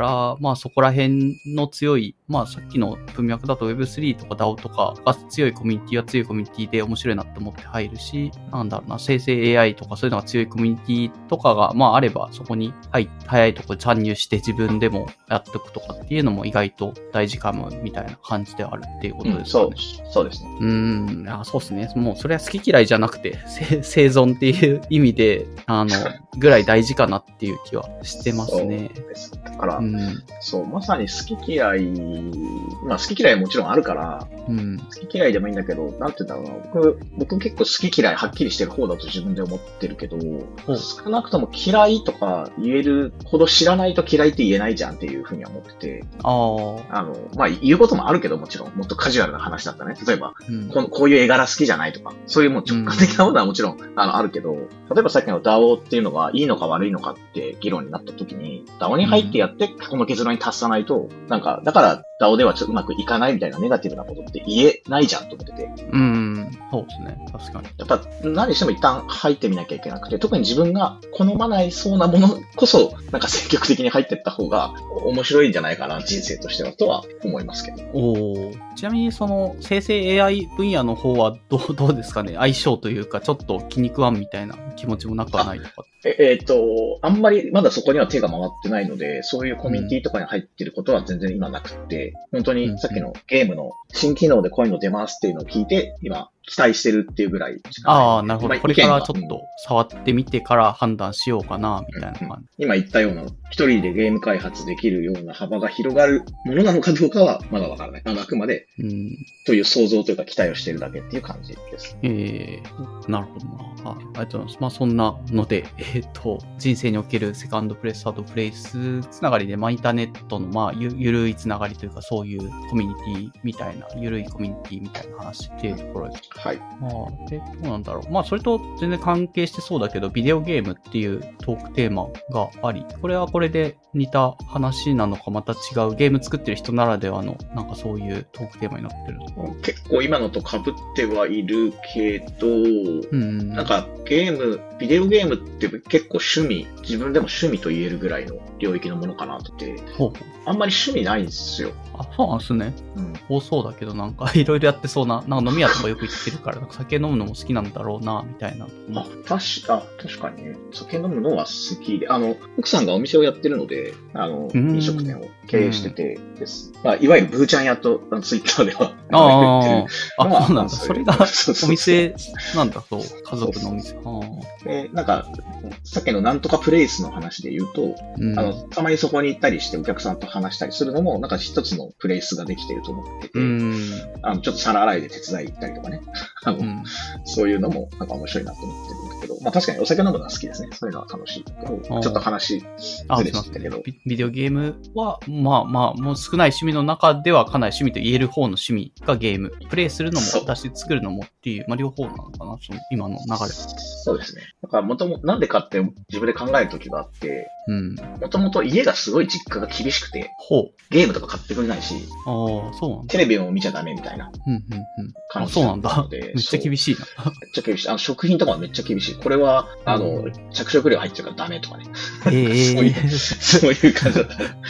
そこら辺の強い、さっきの文脈だと Web3 とか DAO とかが強いコミュニティは強いコミュニティで面白いなって思って入るし、生成 AI とかそういうのが強いコミュニティとかが、あればそこに早いところ参入して自分でもやっておくとかっていうのも意外と大事かもみたいな感じであるっていうことですかね。 そうですね。 そうですね。もうそれは好き嫌いじゃなくて、生存っていう意味で、ぐらい大事かなっていう気はしてますね。 そうです。だから、まさに好き嫌い、好き嫌いもちろんあるから、好き嫌いでもいいんだけど、なんて言うんだろうな。僕結構好き嫌いはっきりしてる方だと自分で思ってるけど、少なくとも嫌いとか言えるほど知らないと嫌いって言えないじゃんっていうふうには思ってて、言うこともあるけどもちろん、もっとカジュアルな話だったね。例えば、こういう絵柄好きじゃないとか、そういうもう直感的なものはもちろん、あるけど、例えばさっきの DAO っていうのがいいのか悪いのかって議論になった時に、DAO に入ってやってこの結論に達さないと、だから DAO ではちょっとうまくいかないみたいなネガティブなことって言えないじゃんと思ってて。 そうですね。確かに。 やっぱ何しても一旦入ってみなきゃいけなくて、特に自分が好まないそうなものこそ、なんか積極的に入っていった方が面白いんじゃないかな、人生としてはとは思いますけど。 ちなみにその生成 AI 分野の方はどうですかね、相性というかちょっと気に食わんみたいな気持ちもなくはないとか。 あんまりまだそこには手が回ってないので、そういうコミュニティとかに入ってることは全然今なくって、本当にさっきのゲームの新機能でこういうの出ますっていうのを聞いて、今期待してるっていうぐらいしかない。 なるほど。これからちょっと触ってみてから判断しようかな、みたいな感じ。 今言ったような、一人でゲーム開発できるような幅が広がるものなのかどうかはまだわからない。あくまで、という想像というか期待をしてるだけっていう感じです。 なるほどな。ありがとうございます。そんなので、人生におけるセカンドプレイス、サードプレイスつながりで、インターネットの、ゆるいつながりというか、そういうコミュニティみたいな、ゆるいコミュニティみたいな話っていうところです。 はい。 どうなんだろう。それと全然関係してそうだけど、ビデオゲームっていうトークテーマがあり、これはこれで似た話なのか、また違うゲーム作ってる人ならではの、なんかそういうトークテーマになってる。 結構今のと被ってはいるけど、なんかビデオゲームって結構自分でも趣味と言えるぐらいの領域のものかなと思って、あんまり趣味ないんですよ。 そうなんですね。多そうだけど、なんかいろいろやってそうな、なんか飲み屋とかよく行ってるから、なんか酒飲むのも好きなんだろうな、みたいな。 確かにね。酒飲むのは好きで、奥さんがお店をやってるので、飲食店を経営しててです。いわゆるブーちゃん屋とツイッターでは言ってる。 そうなんだ。それがお店なんだ、そう。家族のお店。 なんか、さっきのなんとかプレイスの話で言うと、たまにそこに行ったりしてお客さんと話したりするのも、なんか一つのプレイスができていると思ってて、ちょっと皿洗いで手伝い行ったりとかね。そういうのもなんか面白いなと思ってるんだけど、確かにお酒飲むのは好きですね。そういうのは楽しい。ちょっと話ずれちゃったけど。 ビデオゲームは、もう少ない趣味の中ではかなり趣味と言える方の趣味がゲーム。プレイするのも、だし作るのもっていう、両方なのかな、今の流れ。 そうですね。だからなんでかって自分で考えるときがあって、もともと家がすごい実家が厳しくて、ゲームとか買ってくれないし、 そうなんだ。 テレビも見ちゃダメみたいな感じそうなんだ。めっちゃ厳しいな。 めっちゃ厳しい。食品とかもめっちゃ厳しい。これは、着色料入ってるからダメとかね。そういう感じだった。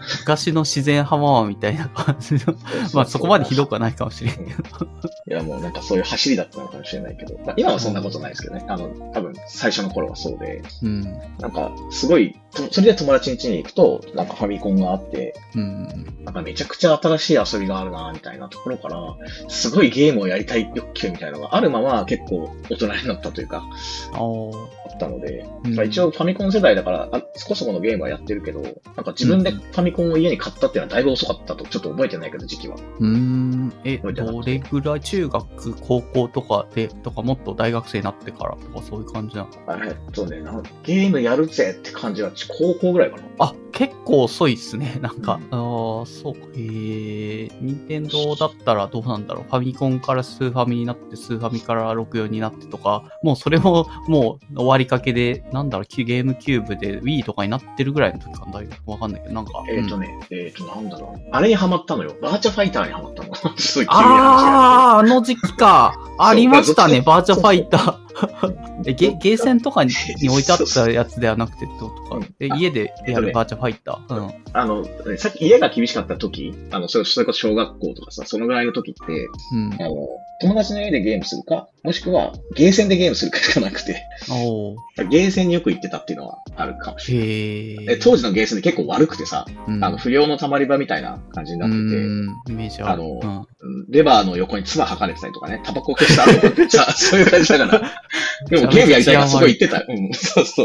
昔の自然浜湾みたいな感じの、まあそこまでひどくはないかもしれんけど。 いやもうなんかそういう走りだったのかもしれないけど、まあ、今はそんなことないですけどね。多分最初の頃はそうで、 うん。 なんかすごい、それで友達ん家に行くと、なんかファミコンがあって、 うん。 なんかめちゃくちゃ新しい遊びがあるなみたいなところから、すごいゲームをやりたい欲求みたいなのがあるまま結構大人になったというか、あったので、一応ファミコン世代だから、そこそこのゲームはやってるけど、なんか自分でファミコンを家に買ったっていうのはだいぶ遅かったと、ちょっと覚えてないけど、時期は。 どれぐらい中学、高校とかで、とかもっと大学生になってからとかそういう感じなの？ ゲームやるぜって感じは高校ぐらいかな。 あ、結構遅いっすね。なんか、そうか。任天堂だったらどうなんだろう。ファミコンからスーファミになって、スーファミから64になってとか、もうそれももう終わりかけで、なんだろう、ゲームキューブで Wii とかになってるぐらいの時かな。わかんないけど、なんか。 なんだろう。あれにハマったのよ。バーチャファイターにハマったの。すごいあの時期か。ありましたね、バーチャファイター。ゲーセンとかに置いてあったやつではなくてってことか。家でやるバーチャファイター。 さっき家が厳しかった時、それこそ小学校とかさ、そのぐらいの時って、友達の家でゲームするか、もしくはゲーセンでゲームするかしかなくて、ゲーセンによく行ってたっていうのはあるかもしれない。当時のゲーセンで結構悪くてさ、不良の溜まり場みたいな感じになってて、 イメージある。 レバーの横に唾吐かれてたりとかね、タバコ消した後とかさ、そういう感じだから、でもゲームやりたいからすごい言ってた。そうそう。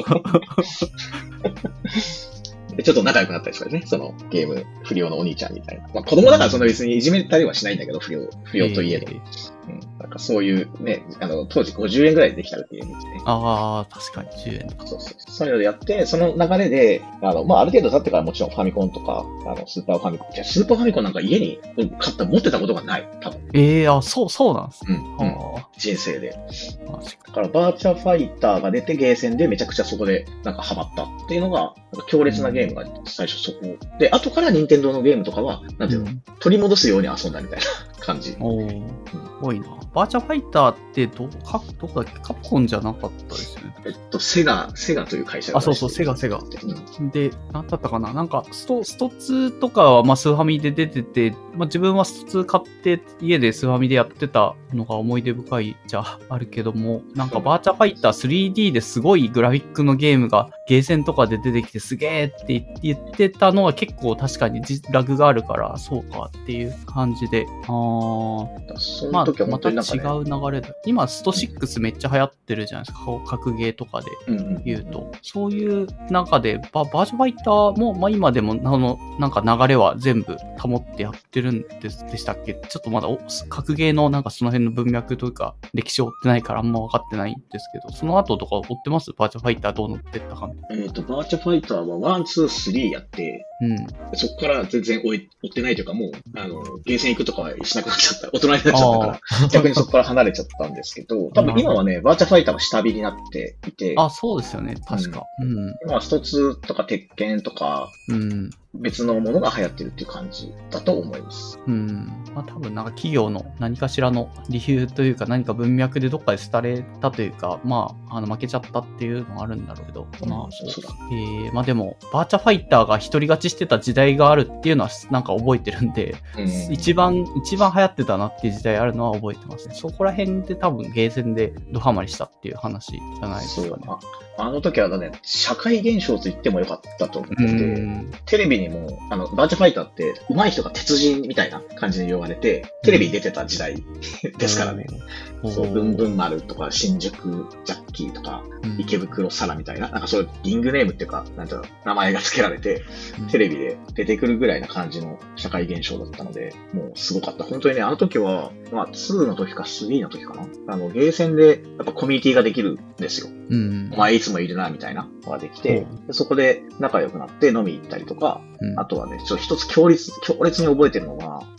ちょっと仲良くなったりとかね、そのゲーム不良のお兄ちゃんみたいな。まあ子供だからそんな別にいじめたりはしないんだけど、不良といえど。なんかそういうね、当時50円ぐらいでできたゲームですね。 ああ、確かに10円とか。 そういうのでやって、その流れで、ある程度経ってからもちろんファミコンとか、スーパーファミコン。スーパーファミコンなんか家に持ってたことがない、多分。 そうなんですね。 人生で。だからバーチャファイターが出てゲーセンでめちゃくちゃそこでなんかハマったっていうのが、強烈なゲームが最初そこ。で、後から任天堂のゲームとかは、なんていうの、取り戻すように遊んだみたいな感じ。 多いな。バーチャファイターってどこだっけ？カプコンじゃなかったですよね。 セガという会社が。 そう、セガ。で、なんだったかな？なんか、スト2とかは、まあ、スーファミで出てて、まあ、自分はスト2買って、家でスーファミでやってたのが思い出深いじゃあるけども、なんか、バーチャファイター 3D ですごいグラフィックのゲームがゲーセンとかで出てきてすげーって言ってたのは結構確かにラグがあるから、そうかっていう感じで、まあ、また違う流れだ。今、スト6めっちゃ流行ってるじゃないですか。格ゲーとかで言うと。そういう中で、バーチャファイターも、まあ今でも、なんか流れは全部保ってやってるんでしたっけ？ちょっとまだ、格ゲーのなんかその辺の文脈というか、歴史を追ってないからあんま分かってないんですけど、その後とか追ってます？バーチャファイターどうなってったか。 バーチャファイターは1、2、3やって、そこから全然追ってないというか、もう、ゲーセン行くとかはしなくなっちゃった。大人になっちゃったから、逆にそこから離れちゃったんですけど、多分今はね、バーチャファイターは下火になっていて。 そうですよね、確か。 今はスト2とか鉄拳とか、別のものが流行ってるっていう感じだと思います。 まあ多分なんか企業の何かしらの理由というか何か文脈でどっかで廃れたというか、まあ、負けちゃったっていうのがあるんだろうけど、まあそうだ。まあでも、バーチャファイターが一人勝ちしてた時代があるっていうのはなんか覚えてるんで、一番流行ってたなっていう時代あるのは覚えてますね。そこら辺で多分ゲーセンでドハマりしたっていう話じゃないですかね。 あの時はね、社会現象と言ってもよかったと思ってて、テレビにも、バーチャファイターって上手い人が鉄人みたいな感じで呼ばれて、テレビに出てた時代ですからね。そう、ブンブン丸とか、新宿ジャッキーとか、池袋サラみたいな、なんかそういうリングネームっていうか、なんていうの、名前が付けられて、テレビで出てくるぐらいな感じの社会現象だったので、もうすごかった。本当にね、あの時は、まあ2の時か3の時かな。ゲーセンでやっぱコミュニティができるんですよ。お前いつもいるな、みたいなのができて、そこで仲良くなって飲み行ったりとか、あとはね、一つ強烈に覚えてるのは、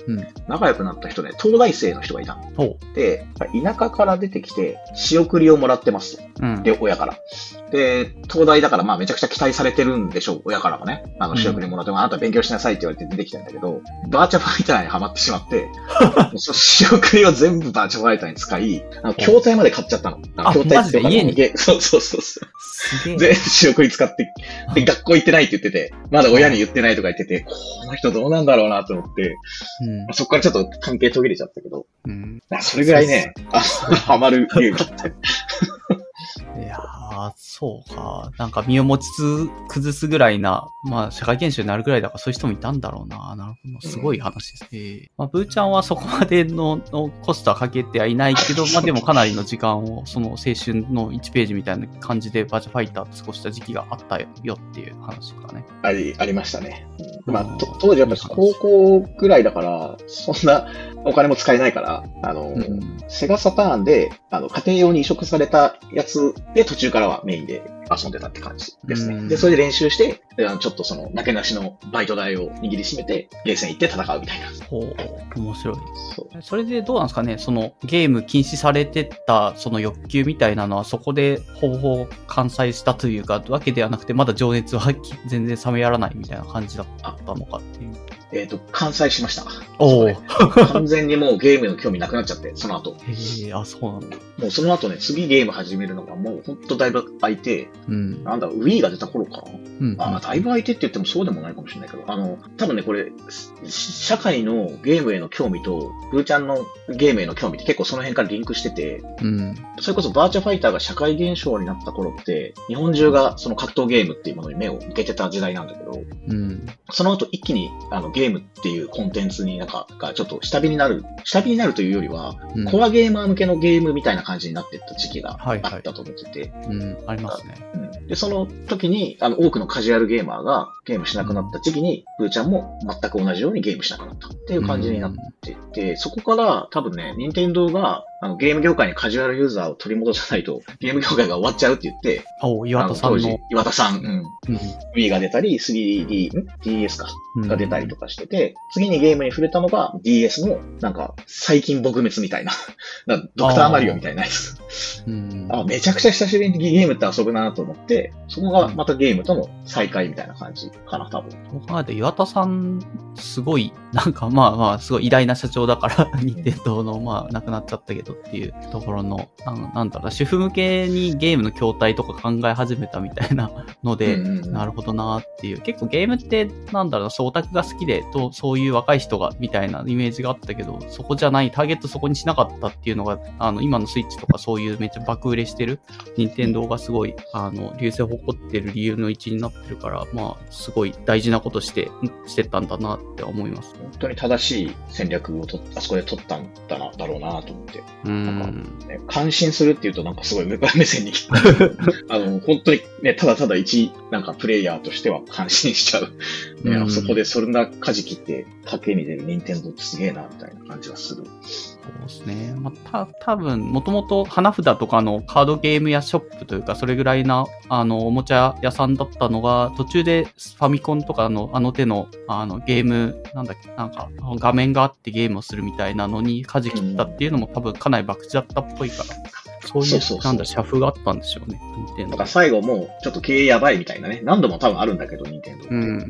仲良くなった人で、東大生の人がいたの。で、田舎から出てきて、仕送りをもらってますと。で、親から。で、東大だからまあめちゃくちゃ期待されてるんでしょう、親からもね。仕送りもらっても、あなた勉強しなさいって言われて出てきたんだけど、バーチャファイターにハマってしまって、その仕送りを全部バーチャファイターに使い、筐体まで買っちゃったの。筐体って家にそう。全部仕送り使って、で、学校行ってないって言ってて、まだ親に言ってないとか言ってて、この人どうなんだろうなと思って、そこからちょっと関係途切れちゃったけど、それぐらいね、ハマるゲームだった。 いやー、そうか。なんか身を持ち崩すぐらいな、まあ社会現象になるぐらいだからそういう人もいたんだろうな。なるほど。すごい話ですね。まあブーちゃんはそこまでのコストはかけてはいないけど、まあでもかなりの時間をその青春の1ページみたいな感じでバーチャファイターと過ごした時期があったよっていう話かね。 ありましたね。まあ当時やっぱり高校ぐらいだから、そんなお金も使えないから、セガサターンで、家庭用に移植されたやつで途中からはメインで遊んでたって感じですね。で、それで練習して、ちょっとその、なけなしのバイト代を握りしめて、ゲーセン行って戦うみたいな。 ほう、面白い。それでどうなんですかね、その、ゲーム禁止されてた、その欲求みたいなのは、そこでほぼ完済したというか、わけではなくて、まだ情熱は全然冷めやらないみたいな感じだったのかっていう。 完済しました。 お完全にもうゲームの興味なくなっちゃって、その後。 そうなんだ。 もうその後ね、次ゲーム始めるのがもうほんとだいぶ空いて、なんだ、Wii が出た頃かな。だいぶ空いてって言ってもそうでもないかもしれないけど、多分ね、これ、社会のゲームへの興味と、ブーちゃんのゲームへの興味って結構その辺からリンクしてて、それこそバーチャファイターが社会現象になった頃って、日本中がその格闘ゲームっていうものに目を向けてた時代なんだけど、その後一気にゲームっていうコンテンツにがちょっと下火になるというよりは、コアゲーマー向けのゲームみたいな感じになっていった時期があったと思ってて。 ありますね。 で、その時に、多くのカジュアルゲーマーがゲームしなくなった時期に、ブーちゃんも全く同じようにゲームしなくなったっていう感じになっていて、そこから多分ね、任天堂がゲーム業界にカジュアルユーザーを取り戻さないと、ゲーム業界が終わっちゃうって言って、 岩田さんの。 岩田さん、Wii が出たり、DS か、が出たりとかしてて、次にゲームに触れたのが DS の、なんか、最近撲滅みたいな、ドクターマリオみたいなやつ。めちゃくちゃ久しぶりにゲームって遊ぶなと思って、そこがまたゲームとの再会みたいな感じかな、多分。 そう考えて岩田さん、すごい、なんかまあ、すごい偉大な社長だから、任天堂の、亡くなっちゃったけどっていうところの、なんだろう、主婦向けにゲームの筐体とか考え始めたみたいなので、なるほどなっていう。結構ゲームって、なんだろう、オタクが好きで、そういう若い人が、みたいなイメージがあったけど、そこじゃない、ターゲットそこにしなかったっていうのが、今のスイッチとかそういうめっちゃ爆売れしてる、任天堂がすごい、流星を誇ってる理由の一になってるから、すごい大事なことしてたんだなって思います。 本当に正しい戦略をあそこで取ったんだろうなと思って。なんか、ね、感心するっていうとなんかすごい目線に本当にね、ただただなんかプレイヤーとしては感心しちゃう。ね、そこでそんな舵切って賭けに出る任天堂ってすげえな、みたいな感じがする。 そうですね。多分、もともと花札とかのカードゲームやショップというか、それぐらいな、おもちゃ屋さんだったのが、途中でファミコンとかの手の、ゲーム、なんか、画面があってゲームをするみたいなのに舵切ったっていうのも多分かなり博打だったっぽいから。そういう、なんだ、社風があったんでしょうね。 だから最後もう、ちょっと経営やばいみたいなね。何度も多分あるんだけど、任天堂って。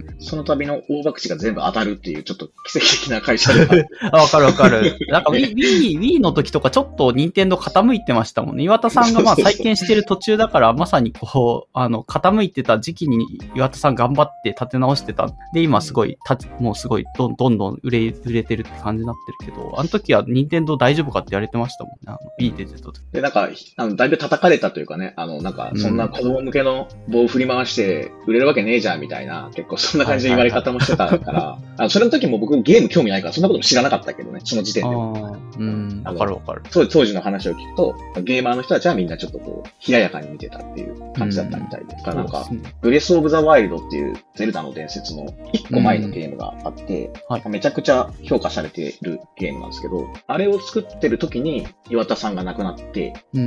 その度の大博打が全部当たるっていう、ちょっと奇跡的な会社で。 わかる。なんか Wii の時とかちょっと任天堂傾いてましたもんね。岩田さんが再建してる途中だから、まさにこう、傾いてた時期に岩田さん頑張って立て直してた。で、今すごい、もうすごい、どんどん売れてるって感じになってるけど、あの時は任天堂大丈夫かって言われてましたもんね。Wii 出てた時。 で、なんか、だいぶ叩かれたというかね、なんか、そんな子供向けの棒を振り回して売れるわけねえじゃんみたいな、結構そんな感じの言われ方もしてたから、それの時も僕ゲーム興味ないからそんなことも知らなかったけどね、その時点で。 わかる。 当時の話を聞くと、ゲーマーの人たちはみんなちょっとこう、冷ややかに見てたっていう感じだったみたいで。なんか、ブレスオブザワイルドっていうゼルダの伝説の1個前のゲームがあって、めちゃくちゃ評価されているゲームなんですけど、あれを作ってる時に岩田さんが亡くなって、 うん。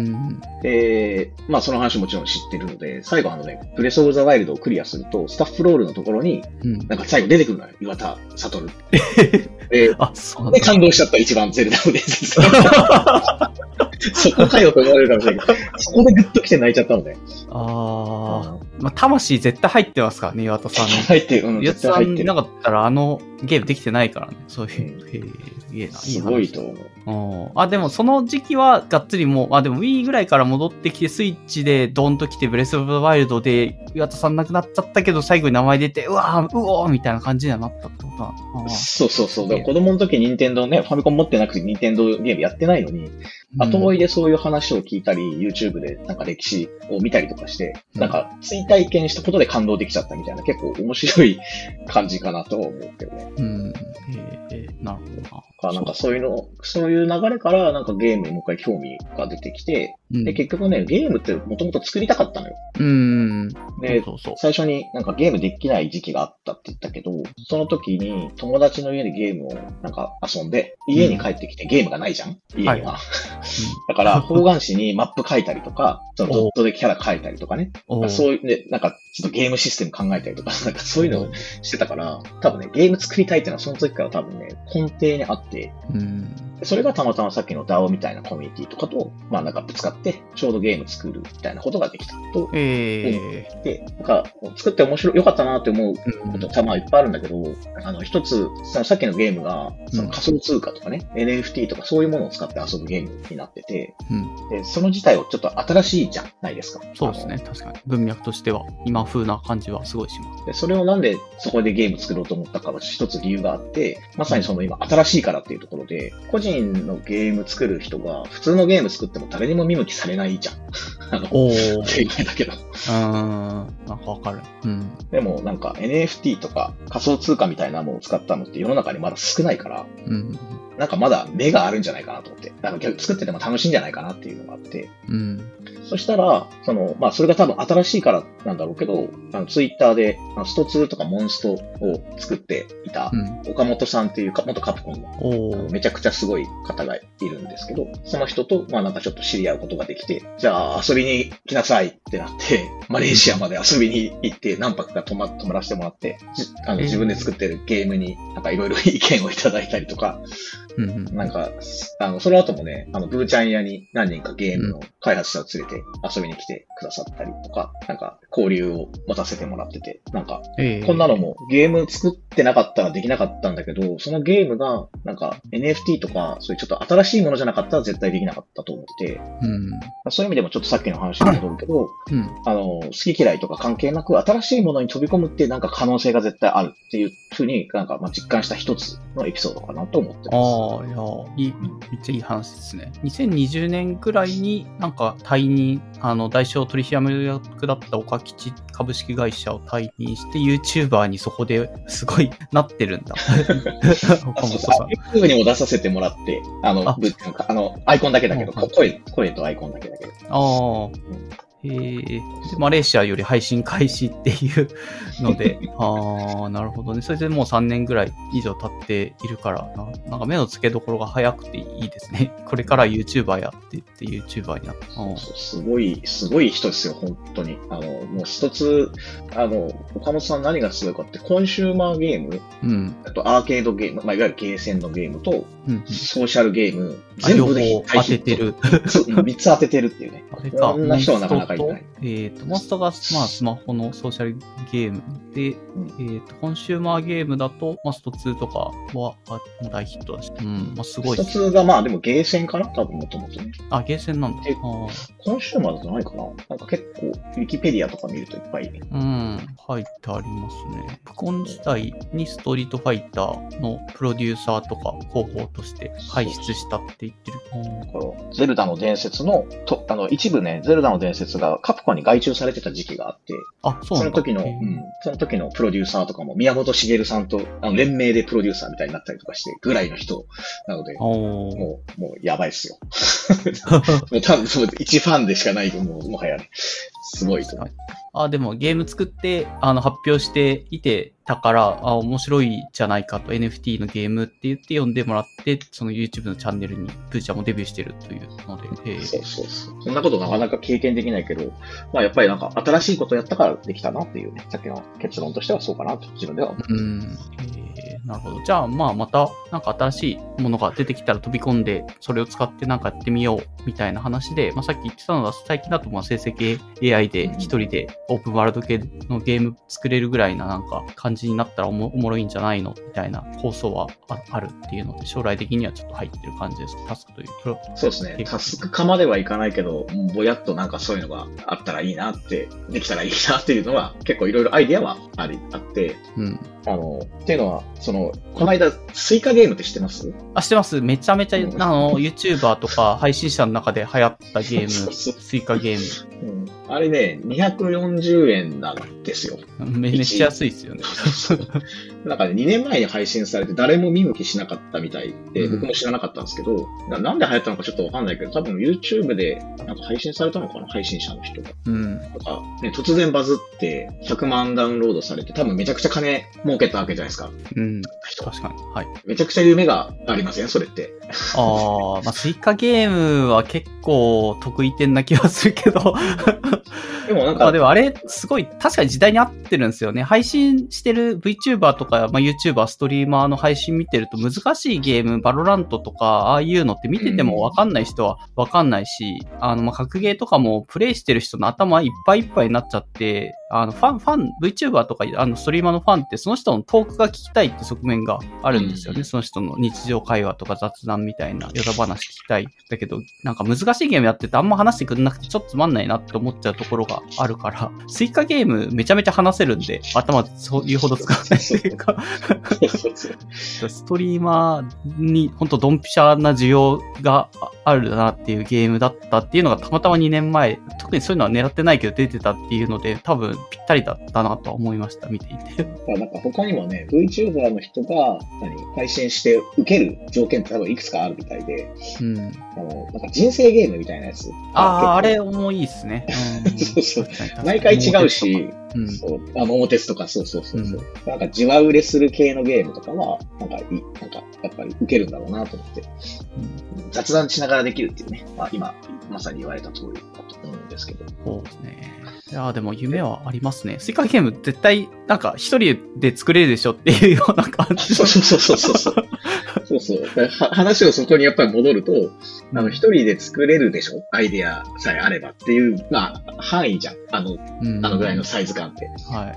で、まあその話もちろん知ってるので、最後ブレスオブザワイルドをクリアすると、スタッフロールのところに、なんか最後出てくるのよ、岩田悟。 あ、そうなんだ。 で、感動しちゃった、一番ゼルダの伝説。そこかよと思われるかもしれないけど、そこでグッと来て泣いちゃったので。 まあ、魂絶対入ってますからね、岩田さんに。 入ってる。 岩田さんなかったらゲームできてないからね。そういう、いいな。 すごいと思う。でもその時期はがっつりもう、でも Wii ぐらいから戻ってきて、スイッチでドンと来て、ブレスオブザワイルドで岩田さん亡くなっちゃったけど、最後に名前出て、うおーみたいな感じにはなったってことなの。 そう。だから子供の時任天堂ね、ファミコン持ってなくて任天堂ゲームやってないのに、後追いでそういう話を聞いたり、YouTube でなんか歴史を見たりとかして、なんか追体験したことで感動できちゃったみたいな、結構面白い感じかなとは思うけどね。 なるほどな。 なんかそういう流れからなんかゲームにもう一回興味が出てきて、で、結局ね、ゲームってもともと作りたかったのよ。で、最初になんかゲームできない時期があったって言ったけど、その時に友達の家でゲームをなんか遊んで、家に帰ってきてゲームがないじゃん家には。だから、方眼紙にマップ書いたりとか、そのドットでキャラ書いたりとかね。そういうね、なんかちょっとゲームシステム考えたりとか、なんかそういうのをしてたから、多分ね、ゲーム作りたいっていうのはその時から多分ね、根底にあって、それがたまたまさっきの DAO みたいなコミュニティとかと、まあなんかぶつかって、ちょうどゲーム作るみたいなことができたと思って、なんか作って良かったなって思うことたまいっぱいあるんだけど、一つ、さっきのゲームが、その仮想通貨とかね、NFT とかそういうものを使って遊ぶゲームになってて、でその自体をちょっと新しいじゃないですか。 そうですね、確かに。文脈としては、今風な感じはすごいします。 でそれをなんでそこでゲーム作ろうと思ったかは一つ理由があって、まさにその今新しいからっていうところで、個人のゲーム作る人が普通のゲーム作っても誰にも見向きされないじゃん。正解だけど。 なんかわかる。 でもなんか NFT とか仮想通貨みたいなものを使ったのって世の中にまだ少ないから、なんかまだ目があるんじゃないかなと思って、なんか作ってても楽しいんじゃないかなっていうのがあって、そしたら、それが多分新しいからなんだろうけど、ツイッターで、スト2とかモンストを作っていた、岡本さんっていう元カプコンの、めちゃくちゃすごい方がいるんですけど、その人と、なんかちょっと知り合うことができて、じゃあ遊びに来なさいってなって、マレーシアまで遊びに行って何泊か泊まらせてもらって、自分で作ってるゲームになんかいろいろ意見をいただいたりとか、なんか、その後もね、ブーちゃん屋に何人かゲームの開発者を連れて遊びに来てくださったりとか、なんか交流を持たせてもらってて、なんか、こんなのもゲーム作ってなかったらできなかったんだけど、そのゲームがなんか NFT とかそういうちょっと新しいものじゃなかったら絶対できなかったと思ってて、そういう意味でもちょっとさっきの話に戻るけど、好き嫌いとか関係なく新しいものに飛び込むってなんか可能性が絶対あるっていうふうになんか実感した一つのエピソードかなと思ってます。 めっちゃいい話ですね。2020年くらいになんか退任、代表取締役だった岡吉株式会社を退任して YouTuber にそこですごいなってるんだ。岡本さん。 YouTube にも出させてもらって、アイコンだけだけど、声とアイコンだけだけど。 でマレーシアより配信開始っていうので、なるほどね。それでもう3年ぐらい以上経っているからなんか目の付けどころが早くていいですね。これから YouTuber やってって YouTuber になった。 すごい人ですよ、本当に。もう一つ、岡本さん何がすごいかって、コンシューマーゲーム、あとアーケードゲーム、いわゆるゲーセンのゲームと、ソーシャルゲーム、全部で当ててる。 3つ当ててるっていうね。 あれか。 こんな人はなかなかいない。 モンストが、スマホのソーシャルゲームで、コンシューマーゲームだと、スト2とかは大ヒットだし、すごい。 スト2がでもゲーセンかな多分もともとね。 ゲーセンなんだ。 コンシューマーだとないかななんか結構、ウィキペディアとか見るといっぱい。 入ってありますね。プコン時代にストリートファイターのプロデューサーとか広報として輩出したって言ってる。 ゼルダの伝説の、一部ね、ゼルダの伝説がカプコンに外注されてた時期があって、その時のプロデューサーとかも宮本茂さんと連名でプロデューサーみたいになったりとかしてぐらいの人なので、もうやばいっすよ。もう多分一ファンでしかないともはやね、すごいと思う。 でもゲーム作って、発表していてたから、面白いじゃないかと、NFT のゲームって言って読んでもらって、その YouTube のチャンネルにプーちゃんもデビューしてるというので。 そう。そんなことなかなか経験できないけど、まあやっぱりなんか新しいことやったからできたなっていうね、さっきの結論としてはそうかなと自分では思ってます。 なるほど。じゃあ、また、なんか新しいものが出てきたら飛び込んで、それを使ってなんかやってみよう、みたいな話で、さっき言ってたのが、最近だと生成系 AI で一人でオープンワールド系のゲーム作れるぐらいななんか感じになったらおもろいんじゃないのみたいな構想はあるっていうので、将来的にはちょっと入ってる感じです。タスクという。 そうですね。タスク化まではいかないけど、ぼやっとなんかそういうのがあったらいいなって、できたらいいなっていうのは、結構いろいろアイディアはあって、っていうのは、この間、スイカゲームって知ってます？ 知ってます。めちゃめちゃ、YouTuber とか配信者の中で流行ったゲーム、スイカゲーム。 あれね、240円なんですよ。 めっちゃ安いですよね。 なんかね、2年前に配信されて誰も見向きしなかったみたいで、僕も知らなかったんですけど、なんで流行ったのかちょっとわかんないけど、多分 YouTube でなんか配信されたのかな、配信者の人が。なんかね、突然バズって100万ダウンロードされて、多分めちゃくちゃ金儲けたわけじゃないですか。 確かに。はい。 めちゃくちゃ夢がありません？それって。 スイカゲームは結構得意点な気はするけど。 でもなんか。 でもあれ、すごい、確かに時代に合ってるんですよね。配信してる VTuber とか、YouTuber、ストリーマーの配信見てると難しいゲーム、バロラントとか、ああいうのって見ててもわかんない人はわかんないし、格ゲーとかもプレイしてる人の頭いっぱいいっぱいになっちゃって、VTuber とか、ストリーマーのファンってその人のトークが聞きたいって側面があるんですよね。その人の日常会話とか雑談みたいな、ヨタ話聞きたい。だけど、なんか難しいゲームやっててあんま話してくれなくてちょっとつまんないなって思っちゃうところがあるから、スイカゲームめちゃめちゃ話せるんで、頭そういうほど使わないというか、ストリーマーに本当ドンピシャな需要があるなっていうゲームだったっていうのがたまたま2年前、特にそういうのは狙ってないけど出てたっていうので、多分ぴったりだったなとは思いました、見ていて。 なんか他にもね、VTuber の人が配信して受ける条件って多分いくつかあるみたいで、なんか人生ゲームみたいなやつ。 あれもいいっすね。 そう。毎回違うし、桃鉄とか、そう。なんかじわ売れする系のゲームとかは、なんかやっぱり受けるんだろうなと思って、雑談しながらできるっていうね、今、まさに言われた通りだと思うんですけど。 そうですね。いやでも夢はありますね。スイカゲーム絶対、なんか一人で作れるでしょっていうような感じ。 そう。話をそこにやっぱり戻ると、一人で作れるでしょ？アイデアさえあればっていう、範囲じゃん。あのぐらいのサイズ感って。 はい。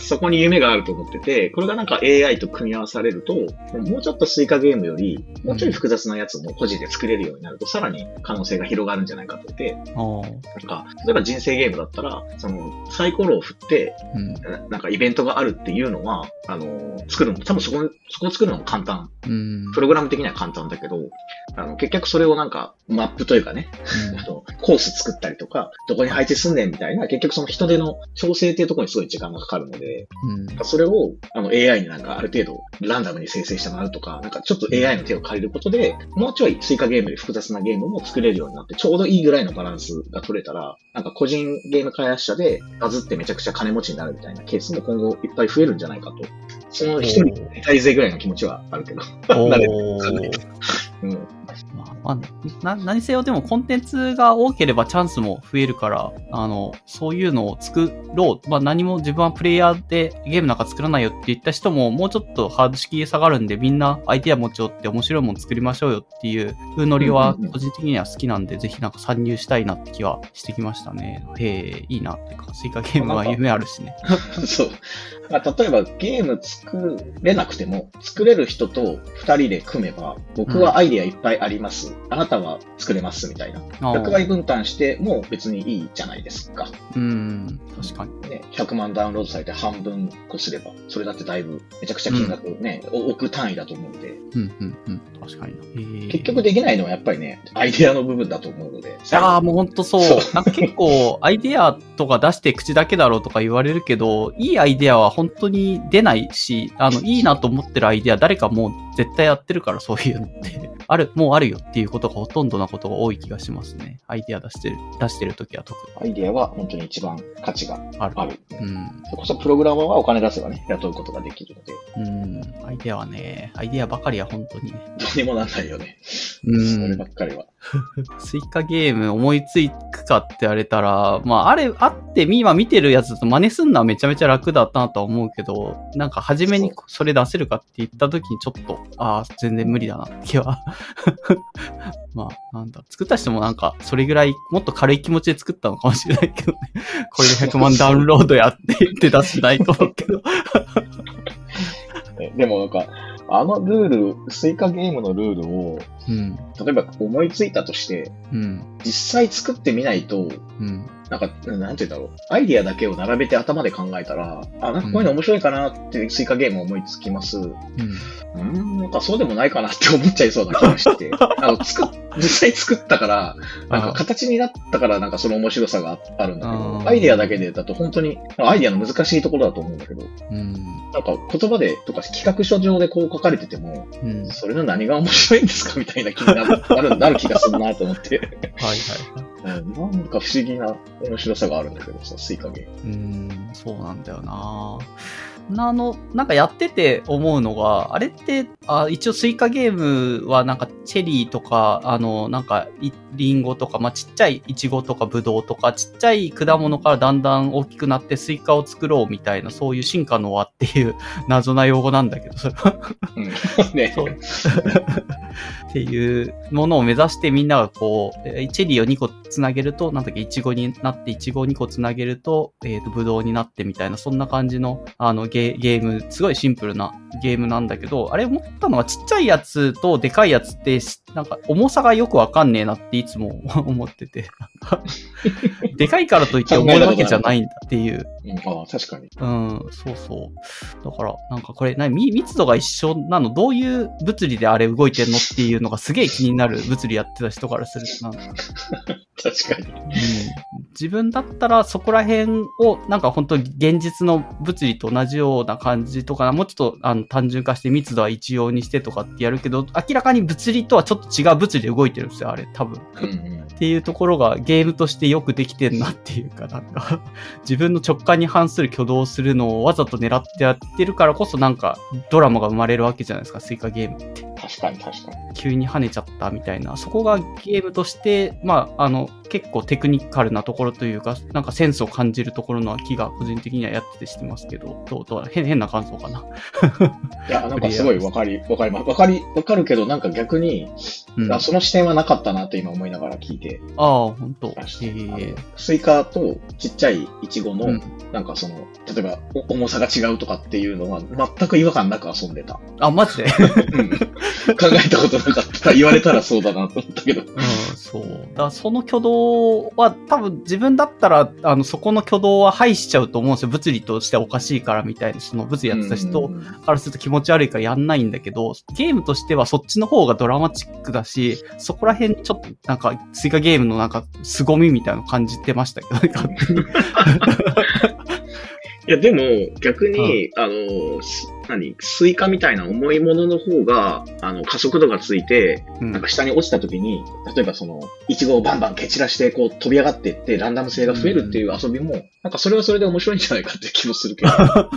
そこに夢があると思ってて、これがなんか AI と組み合わされると、もうちょっとスイカゲームより、もうちょい複雑なやつも個人で作れるようになると、さらに可能性が広がるんじゃないかと思って、なんか、例えば人生ゲームだったら、サイコロを振って、なんかイベントがあるっていうのは、作るの、多分そこを作るのも簡単。プログラム的には簡単だけど、結局それをなんか、マップというかね、コース作ったりとか、どこに配置すんねんみたいな、結局その人手の調整っていうところにすごい時間がかかるので、それをAI になんかある程度ランダムに生成してもらうとか、なんかちょっと AI の手を借りることで、もうちょいスイカゲームで複雑なゲームも作れるようになって、ちょうどいいぐらいのバランスが取れたら、なんか個人ゲーム開発者でバズってめちゃくちゃ金持ちになるみたいなケースも今後いっぱい増えるんじゃないかと。その一人大勢ぐらいの気持ちはあるけど。 何せよでもコンテンツが多ければチャンスも増えるから、そういうのを作ろう。何も自分はプレイヤーでゲームなんか作らないよって言った人ももうちょっとハード敷居下がるんで、みんなアイディア持ち寄って面白いもの作りましょうよっていう風ノリは個人的には好きなんで、ぜひなんか参入したいなって気はしてきましたね。いいなっていうか、スイカゲームは夢あるしね。 そう。例えばゲーム作れなくても、作れる人と2人で組めば、僕はアイデアいっぱいあります。あなたは作れますみたいな。役割分担しても別にいいじゃないですか。 確かに。 ね、100万ダウンロードされて半分こすれば、それだってだいぶめちゃくちゃ金額ね、億単位だと思うので。 確かに。 結局できないのはやっぱりね、アイデアの部分だと思うので。 もうほんとそう。なんか結構アイデアとか出して口だけだろうとか言われるけど、いいアイデアは本当に出ないし、いいなと思ってるアイデア誰かもう絶対やってるから、そういうのって。 もうあるよっていうことがほとんどなことが多い気がしますね。アイデア出してるときは特に。 アイデアは本当に一番価値がある。 うん。 それこそプログラマーはお金出せばね、雇うことができるので。 アイデアばかりは本当にね。 どうにもなんないよね。そればっかりは。 スイカゲーム思いつくかって言われたら、まあ、あって今見てるやつだと真似すんのはめちゃめちゃ楽だったなとは思うけど、なんか初めにそれ出せるかって言った時にちょっと、全然無理だなって気は。まあ、なんだ、作った人もなんか、それぐらいもっと軽い気持ちで作ったのかもしれないけどね。これで100万ダウンロードやって言って出してないと思うけど。 でもなんか、スイカゲームのルールを、例えば思いついたとして、実際作ってみないと、なんか、なんて言うんだろう。アイディアだけを並べて頭で考えたら、なんかこういうの面白いかなってスイカゲーム思いつきます。なんかそうでもないかなって思っちゃいそうな気がして。実際作ったから、なんか形になったからなんかその面白さがあるんだけど、アイディアだけでだと本当に、アイディアの難しいところだと思うんだけど、なんか言葉でとか企画書上でこう書かれてても、それの何が面白いんですかみたいな気になる気がするなと思って。なんか不思議な面白さがあるんだけどさ、スイカゲーム。 そうなんだよな。なんかやってて思うのが、あれって、一応スイカゲームはなんかチェリーとか、なんかリンゴとか、まあ、ちっちゃいイチゴとかブドウとか、ちっちゃい果物からだんだん大きくなってスイカを作ろうみたいな、そういう進化の輪っていう謎な用語なんだけど、それは。っていうものを目指してみんながこう、チェリーを2個つなげると、なんだっけ、イチゴになって、イチゴを2個つなげると、ブドウになってみたいな、そんな感じの、ゲーム、すごいシンプルなゲームなんだけど、あれ思ったのはちっちゃいやつとでかいやつって、なんか重さがよくわかんねえなっていつも思ってて。でかいからといって重いわけじゃないんだっていう。 確かに。 そうそう。だから、なんかこれ、密度が一緒なの？どういう物理であれ動いてんのっていうのがすげえ気になる物理やってた人からするとなんか。 確かに。 自分だったらそこら辺をなんか本当に現実の物理と同じような感じとか、もうちょっと単純化して密度は一様にしてとかってやるけど、明らかに物理とはちょっと違う物理で動いてるんですよ、あれ多分。っていうところがゲームとしてよくできてんなっていうか、なんか自分の直感に反する挙動をするのをわざと狙ってやってるからこそなんかドラマが生まれるわけじゃないですか、スイカゲームって。 確かに。 急に跳ねちゃったみたいな。そこがゲームとして、まあ、結構テクニカルなところというか、なんかセンスを感じるところの気が個人的にはやっててしてますけど、どう変な感想かな。 いや、なんかすごいわかるけど、なんか逆に、その視点はなかったなって今思いながら聞いて。 本当。 スイカとちっちゃいイチゴの、なんか例えば重さが違うとかっていうのは全く違和感なく遊んでた。 マジで考えたことなかった。言われたらそうだなと思ったけど。 そう。だからその挙動は多分自分だったら、そこの挙動は排しちゃうと思うんですよ。物理としておかしいからみたいな、その物理やってた人からすると気持ち悪いからやんないんだけど、ゲームとしてはそっちの方がドラマチックだし、そこら辺ちょっとなんかスイカゲームのなんか凄みみたいなの感じてましたけどね、勝手に。 いや、でも、逆に、スイカみたいな重いものの方が、加速度がついて、なんか下に落ちた時に、例えばイチゴをバンバン蹴散らして、こう飛び上がっていって、ランダム性が増えるっていう遊びも、なんかそれはそれで面白いんじゃないかって気もするけど。そっか。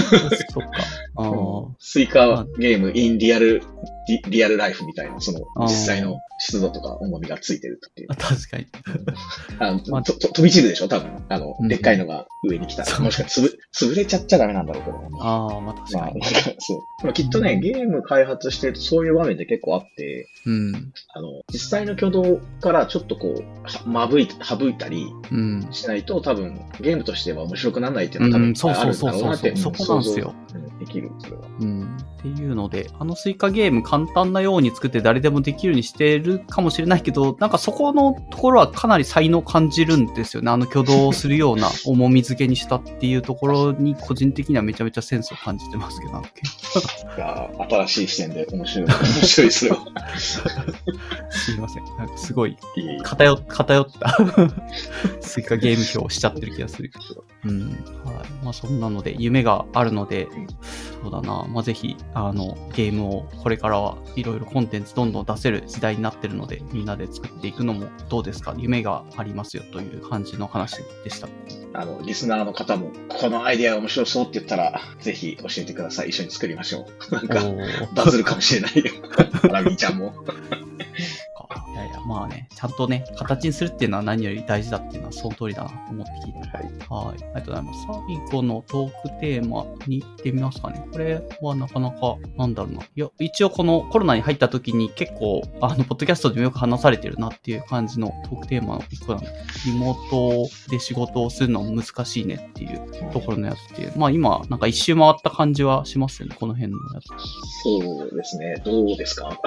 スイカゲームインリアルライフみたいな、実際の湿度とか重みがついてるっていう。 確かに。 飛び散るでしょ多分。でっかいのが上に来たら。もしかしたら潰れちゃっちゃダメなんだろうけど。 確かに。 そう。きっとね、ゲーム開発してるとそういう場面って結構あって、実際の挙動からちょっとこう、省いたりしないと、多分、ゲームとしては面白くならないっていうのは多分あるんだろうなって。 そこなんですよ。 できる、それは。 っていうので、スイカゲーム簡単なように作って誰でもできるようにしてるかもしれないけど、なんかそこのところはかなり才能感じるんですよね。挙動をするような重み付けにしたっていうところに個人的にはめちゃめちゃセンスを感じてますけど。 いや、新しい視点で面白いですよ。 すいません。なんかすごい偏ったスイカゲーム表をしちゃってる気がするけど。 はい。まあそんなので、夢があるので、そうだな。まあぜひ、ゲームをこれからはいろいろコンテンツどんどん出せる時代になってるので、みんなで作っていくのもどうですか？夢がありますよという感じの話でした。 リスナーの方も、このアイデア面白そうって言ったら、ぜひ教えてください。一緒に作りましょう。なんか、バズるかもしれないよ。ラミーちゃんも。 いやいや、まあね、ちゃんとね、形にするっていうのは何より大事だっていうのはその通りだなと思って聞いてる。はい。ありがとうございます。最後のトークテーマに行ってみますかね。これはなかなか、なんだろうな。いや、一応このコロナに入った時に結構、ポッドキャストでもよく話されてるなっていう感じのトークテーマの一個なんで、リモートで仕事をするのも難しいねっていうところのやつっていう。まあ今、なんか一周回った感じはしますよね、この辺のやつ。 そうですね。どうですか？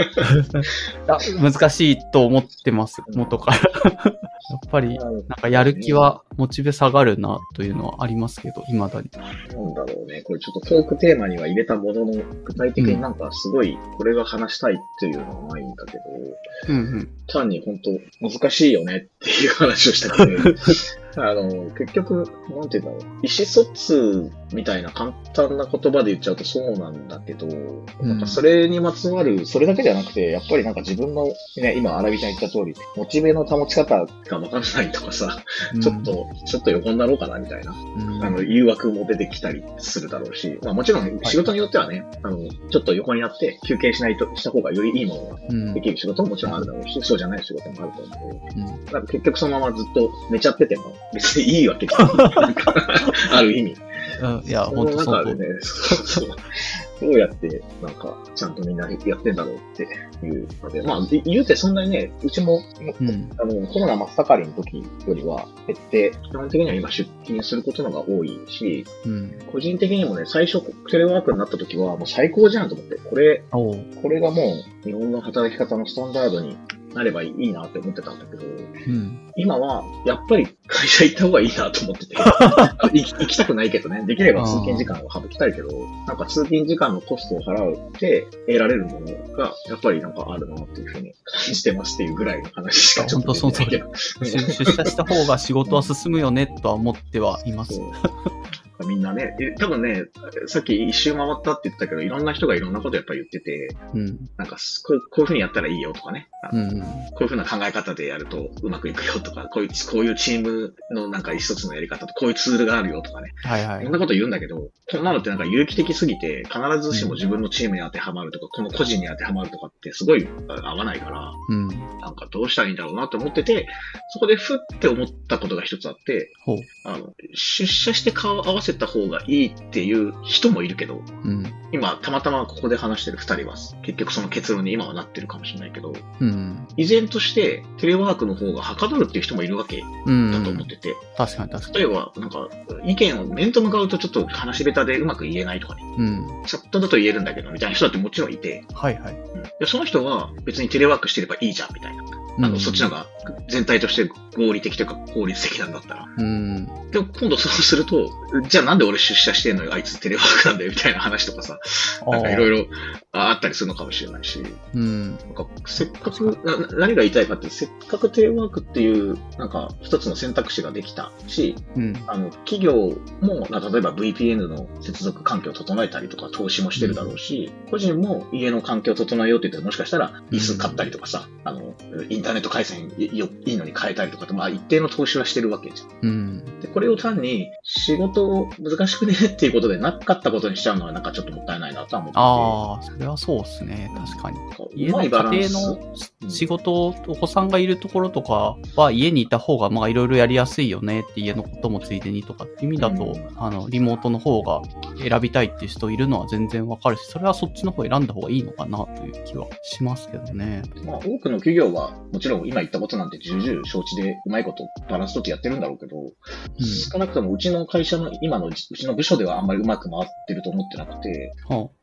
難しいと思ってます、元から。やっぱり、なんかやる気はモチベ下がるなというのはありますけど、未だに。 なんだろうね。これちょっとトークテーマには入れたものの、具体的になんかすごい、これが話したいっていうのはないんだけど、単に本当難しいよねっていう話をしたくて、結局、なんていうんだろう。意思疎通みたいな簡単な言葉で言っちゃうとそうなんだけど、なんかそれにまつわる、それだけじゃなくて、やっぱりなんか自分の、ね、今、荒木ちゃん言った通り、モチベの保ち方がわからないとかさ、ちょっと横になろうかなみたいな、誘惑も出てきたりするだろうし、まあもちろん仕事によってはね、ちょっと横になって休憩した方がよりいいものができる仕事ももちろんあるだろうし、そうじゃない仕事もあると思う。なんか結局そのままずっと寝ちゃってても別にいいわけじゃん。ある意味。 いや、本当そうね。どうやって、なんか、ちゃんとみんなやってんだろうっていうので、まあ、言うてそんなにね、うちも、コロナ真っ盛りの時よりは減って、基本的には今出勤することのが多いし、個人的にもね、最初テレワークになった時はもう最高じゃんと思って、これがもう日本の働き方のスタンダードになればいいなって思ってたんだけど、今はやっぱり会社行った方がいいなと思ってて、行きたくないけどね、できれば通勤時間を省きたいけど、なんか通勤時間のコストを払って得られるものがやっぱりなんかあるなっていうふうに感じてますっていうぐらいの話しかちょっと本当そう出社した方が仕事は進むよねとは思ってはいます。 みんなね、多分ね、さっき一周回ったって言ったけど、いろんな人がいろんなことやっぱり言ってて、なんかこういうふうにやったらいいよとかね、こういうふうな考え方でやるとうまくいくよとか、こういうチームのなんか一つのやり方とこういうツールがあるよとかね、いろんなこと言うんだけど、こんなのってなんか有機的すぎて、必ずしも自分のチームに当てはまるとか、この個人に当てはまるとかってすごい合わないから、なんかどうしたらいいんだろうなと思ってて、そこでふって思ったことが一つあって、出社して顔合わせた方がいいっていう人もいるけど、今たまたまここで話してる二人は結局その結論に今はなってるかもしれないけど、依然としてテレワークの方がはかどるっていう人もいるわけだと思ってて、 確かに例えばなんか意見を面と向かうとちょっと話し下手でうまく言えないとかね、チャットだと言えるんだけどみたいな人だってもちろんいて、その人は別にテレワークしてればいいじゃんみたいな。そっちの方が全体として合理的というか効率的なんだったら。でも今度そうすると、じゃあなんで俺出社してんのよ、あいつテレワークなんだよみたいな話とかさ、なんかいろいろあったりするのかもしれないし、なんかせっかく、何が言いたいかって、せっかくテレワークっていう、なんか一つの選択肢ができたし、企業も、例えば VPN の接続環境を整えたりとか投資もしてるだろうし、個人も家の環境を整えようって言ったらもしかしたら椅子買ったりとかさ、インターネット回線いいのに変えたりとかと、まあ一定の投資はしてるわけじゃん。で、これを単に仕事難しくねっていうことでなかったことにしちゃうのはなんかちょっともったいないなとは思ってて。 それはそうですね。確かに。家の家庭の仕事、お子さんがいるところとかは家にいた方がまあいろいろやりやすいよねって家のこともついでにとかっていう意味だと、リモートの方が選びたいっていう人いるのは全然わかるし、それはそっちの方選んだ方がいいのかなという気はしますけどね。 まあ多くの企業はもちろん今言ったことなんて重々承知でうまいことバランス取ってやってるんだろうけど、少なくともうちの会社の今のうちの部署ではあんまりうまく回ってると思ってなくて、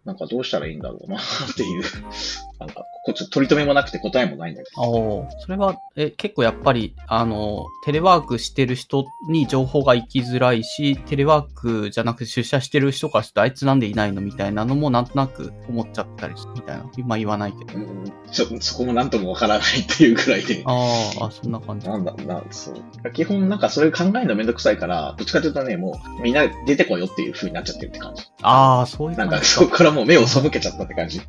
なんかどうしたらいいんだろうなっていう、なんか、取り留めもなくて答えもないんだけど。それは、結構やっぱり、テレワークしてる人に情報が行きづらいし、テレワークじゃなくて出社してる人からすると、あいつなんでいないのみたいなのもなんとなく思っちゃったりみたいな。今言わないけど。 そこもなんともわからないっていうくらいで。 そんな感じ。 なんだろうな、そう。基本なんかそれ考えるのめんどくさいから、どっちかというとね、もうみんな出てこいよっていう風になっちゃってるって感じ。 そういう感じ。 なんかそこからもう目を背けちゃったって感じ。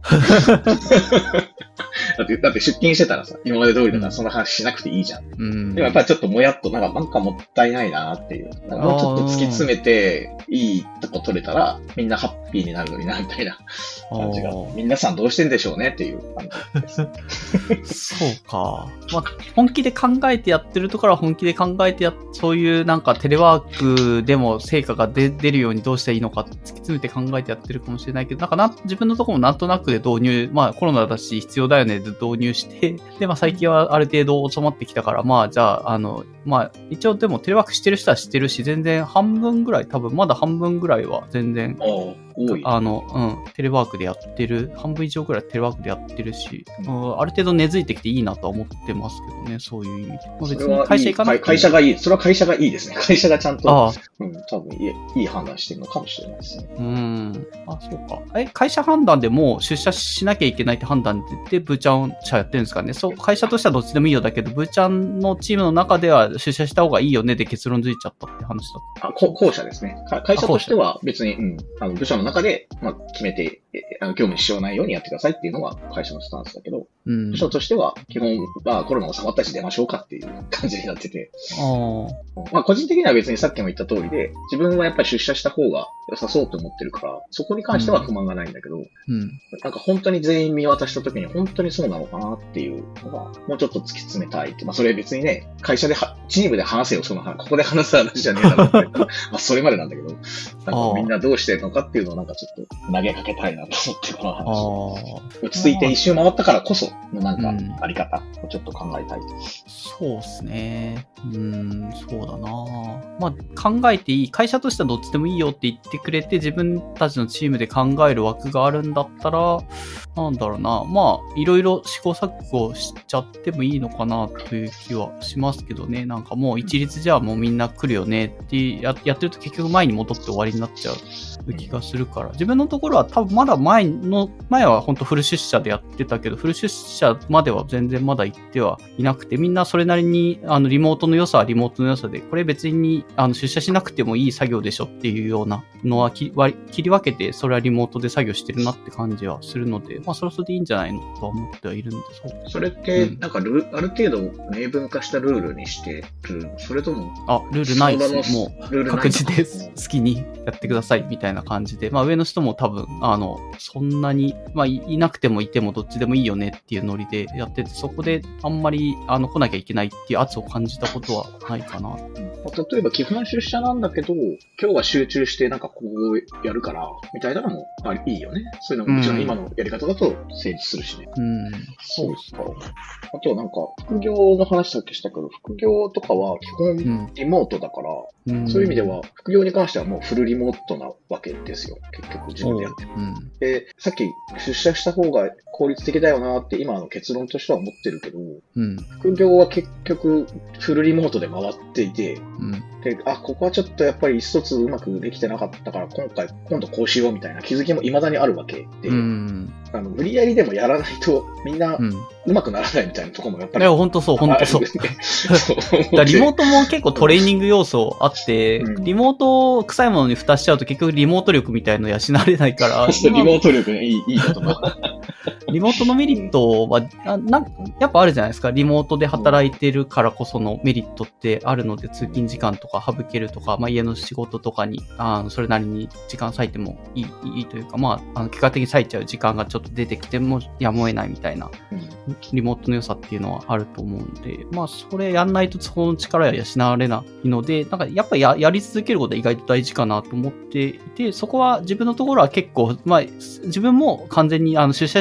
だって出勤してたらさ、今まで通りだからそんな話しなくていいじゃん。でもやっぱりちょっともやっとなんかもったいないなっていう。なんかもうちょっと突き詰めていいとこ取れたらみんなハッピーになるのになみたいな感じが。皆さんどうしてんでしょうねっていう感じです。 そうか。まあ、本気で考えてやってるところは本気で考えてそういうなんかテレワークでも成果が出るようにどうしたらいいのか突き詰めて考えてやってるかもしれないけど、自分のところもなんとなくで導入、まあコロナだし必要だよねで導入して、で、まあ最近はある程度収まってきたから、まあじゃあ、まあ一応でもテレワークしてる人はしてるし、全然半分ぐらい、多分まだ半分ぐらいは全然、 多い。 テレワークでやってる、半分以上ぐらいテレワークでやってるし、ある程度根付いてきていいなとは思ってますけどね、そういう意味で。まあ、別に会社行かなくても会社がいい。それは会社がいいですね。会社がちゃんと、多分いい判断してるのかもしれないですね。 そうか。会社判断でも出社しなきゃいけないって判断でブーちゃん社やってるんですかね。そう、会社としてはどっちでもいいよだけど、ブーちゃんのチームの中では出社した方がいいよねで結論づいちゃったって話だった。 後者ですね。会社としては別に、部署の中で、まあ、決めて、業務に支障ないようにやってくださいっていうのが会社のスタンスだけど、部署としては基本、コロナ収まったし出ましょうかっていう感じになってて、まあ個人的には別にさっきも言った通りで、自分はやっぱり出社した方が良さそうと思ってるから、そこに関しては不満がないんだけど、なんか本当に全員見渡した時に本当にそうなのかなっていうのが、もうちょっと突き詰めたいって、まあそれ別にね、会社でチームで話せよ、その話、ここで話す話じゃねえだろうって、まあそれまでなんだけど、なんかみんなどうしてるのかっていうのをなんかちょっと投げかけたいなと思ってこの話。落ち着いて一周回ったからこそのなんかあり方をちょっと考えたい。 そうですね。そうだな。まあ考えていい。会社としてはどっちでもいいよって言ってくれて、自分たちのチームで考える枠があるんだったら、なんだろうな。まあ、いろいろ試行錯誤しちゃってもいいのかなという気はしますけどね。なんかもう一律じゃあもうみんな来るよねってやってると結局前に戻って終わりになっちゃう気がするから。自分のところは多分まだ前は本当フル出社でやってたけど、フル出社までは全然まだ行ってはいなくて、みんなそれなりにリモートの良さはリモートの良さで、これ別に出社しなくてもいい作業でしょっていうようなのは切り分けて、それはリモートで作業してるなって感じはするので、まあそれでいいんじゃないのとは思ってはいるんで、 それって、なんかある程度明文化したルールにしてる、それともルールないです。もう各自で好きにやってくださいみたいな感じで、まあ上の人も多分そんなにまあいなくてもいてもどっちでもいいよねっていうノリでやってて、そこであんまり来なきゃいけないっていう圧を感じたことはないかな。 例えば基本出社なんだけど、今日は集中してなんかこうやるからみたいなのもいいよね。そういうのももちろん今のやり方だと成立するしね。そうですか。あとはなんか副業の話さっきしたけど、副業とかは基本リモートだから、そういう意味では副業に関してはもうフルリモートなわけですよ。結局自分でやってる。で、さっき出社した方が効率的だよなって今の結論としては思ってるけど、副業は結局フルリモートで回っていて、で、ここはちょっとやっぱり一つうまくできてなかったから今度こうしようみたいな気づきも未だにあるわけで、無理やりでもやらないとみんなうまくならないみたいなところもやっぱり。 いや、ほんとそう。リモートも結構トレーニング要素あって、リモート臭いものに蓋しちゃうと結局リモート力みたいの養われないから。 リモート力ね、いい言葉。 リモートのメリットはやっぱあるじゃないですか。リモートで働いてるからこそのメリットってあるので、通勤時間とか省けるとか、まあ家の仕事とかに、それなりに時間割いてもいいというか、まあ、結果的に割いちゃう時間がちょっと出てきてもやむを得ないみたいな、リモートの良さっていうのはあると思うんで、まあそれやんないとそこの力は養われないので、なんかやっぱり やり続けることは意外と大事かなと思っていて、そこは自分のところは結構、まあ自分も完全に出社した方が仕事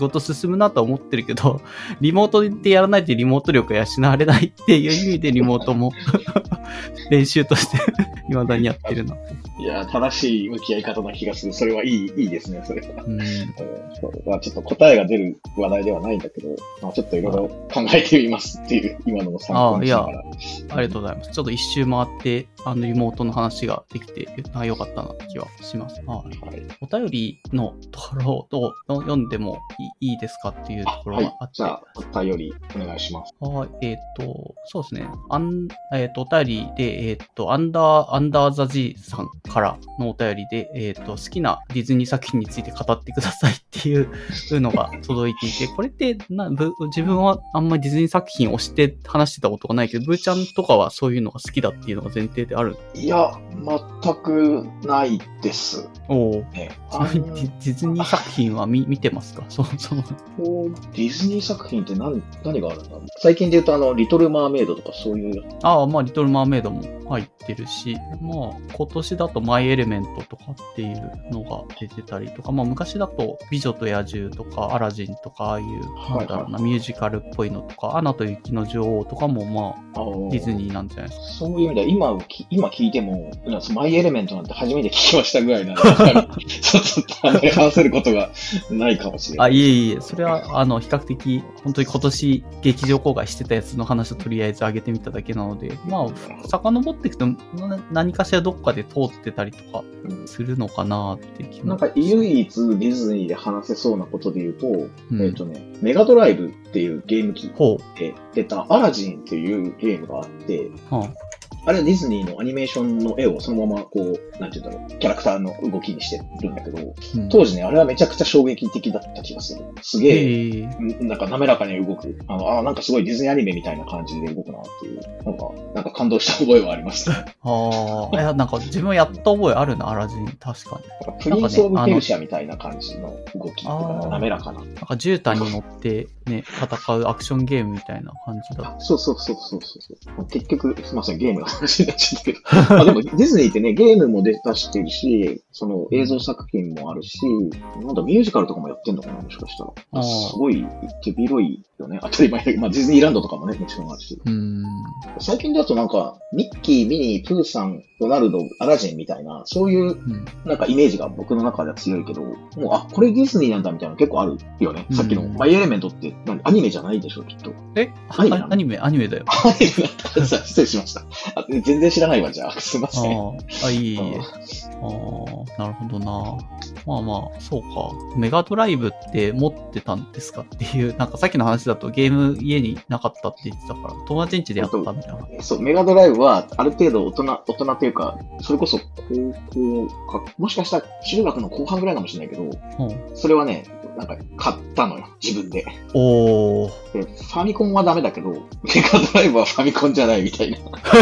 事進むなとは思ってるけど、リモートでやらないとリモート力が養われないっていう意味でリモートも練習として未だにやってるな。 いや、正しい向き合い方な気がする。それはいいですね、それは。まあ、ちょっと答えが出る話題ではないんだけど、まあ、ちょっといろいろ考えてみますっていう、今のも参考にしながら。 ありがとうございます。ちょっと一周回って、リモートの話ができて、良かったな気はします。はい。お便りのところを読んでもいいですかっていうところがあって。 じゃあ、お便りお願いします。 はい。そうですね。お便りで、アンダーザ G さんからのお便りで、好きなディズニー作品について語ってくださいっていうのが届いていて、これって自分はあんまりディズニー作品をして話してたことがないけど、ブーちゃんとかはそういうのが好きだっていうのが前提である？ いや、全くないです。 おね、ちなみにディズニー作品は見てますか？そのディズニー作品って何があるんだろう。最近で言うとリトルマーメイドとかそういうやつ。 まあリトルマーメイドも入ってるし、まあ今年だとマイエレメントとかっていうのが出てたりとか、まあ昔だと美女と野獣とかアラジンとかああいうなんだろうな、ミュージカルっぽいのとか、アナと雪の女王とかもまあディズニーなんじゃないですか。 そういう意味では今聞いてもマイエレメントなんて初めて聞きましたぐらいなのでちょっと話せることがないかもしれない。 いえ、それは比較的本当に今年劇場公開してたやつの話をとりあえず上げてみただけなので、まあ遡っていくと何かしらどっかで通ってたりとかするのかなって気も。 なんか唯一ディズニーで話せそうなことで言うと、メガドライブっていうゲーム機で出たアラジンっていうゲームがあって、あれはディズニーのアニメーションの絵をそのままこう、なんていうんだろう、キャラクターの動きにしてるんだけど、当時ね、あれはめちゃくちゃ衝撃的だった気がする。すげえ、なんか滑らかに動く。なんかすごいディズニーアニメみたいな感じで動くなっていう、なんか感動した覚えはありましたね。 いや、なんか自分やった覚えあるな、アラジン、確かに。 プリンスオブペルシャみたいな感じの動き、滑らかな。 なんか絨毯に乗ってね、戦うアクションゲームみたいな感じだ。 そう。結局、すいません、ゲームの話になっちゃったけど。でも、ディズニーってね、ゲームも出してるし、その映像作品もあるし、なんだ、ミュージカルとかもやってんのかな、もしかしたら。すごい手広いよね。当たり前だけど、まあ、ディズニーランドとかもね、もちろんあるし。最近だとなんか、ミッキー、ミニー、プーさん、ドナルド、アラジンみたいな、そういう、なんかイメージが僕の中では強いけど、もう、これディズニーなんだみたいなの結構あるよね。さっきのマイエレメントってアニメじゃないでしょ、きっと。 アニメだよ。 アニメだった失礼しました。全然知らないわ、じゃあ。すいません。 いい。なるほどな。まあまあ、そうか。メガドライブって持ってたんですかっていう、なんかさっきの話だとゲーム家になかったって言ってたから、友達ん家でやったみたいな。 そう、メガドライブはある程度大人というか、それこそ高校か、もしかしたら中学の後半ぐらいかもしれないけど、それはね、なんか買ったのよ、自分で。で、ファミコンはダメだけど、メガドライブはファミコンじゃないみたいな。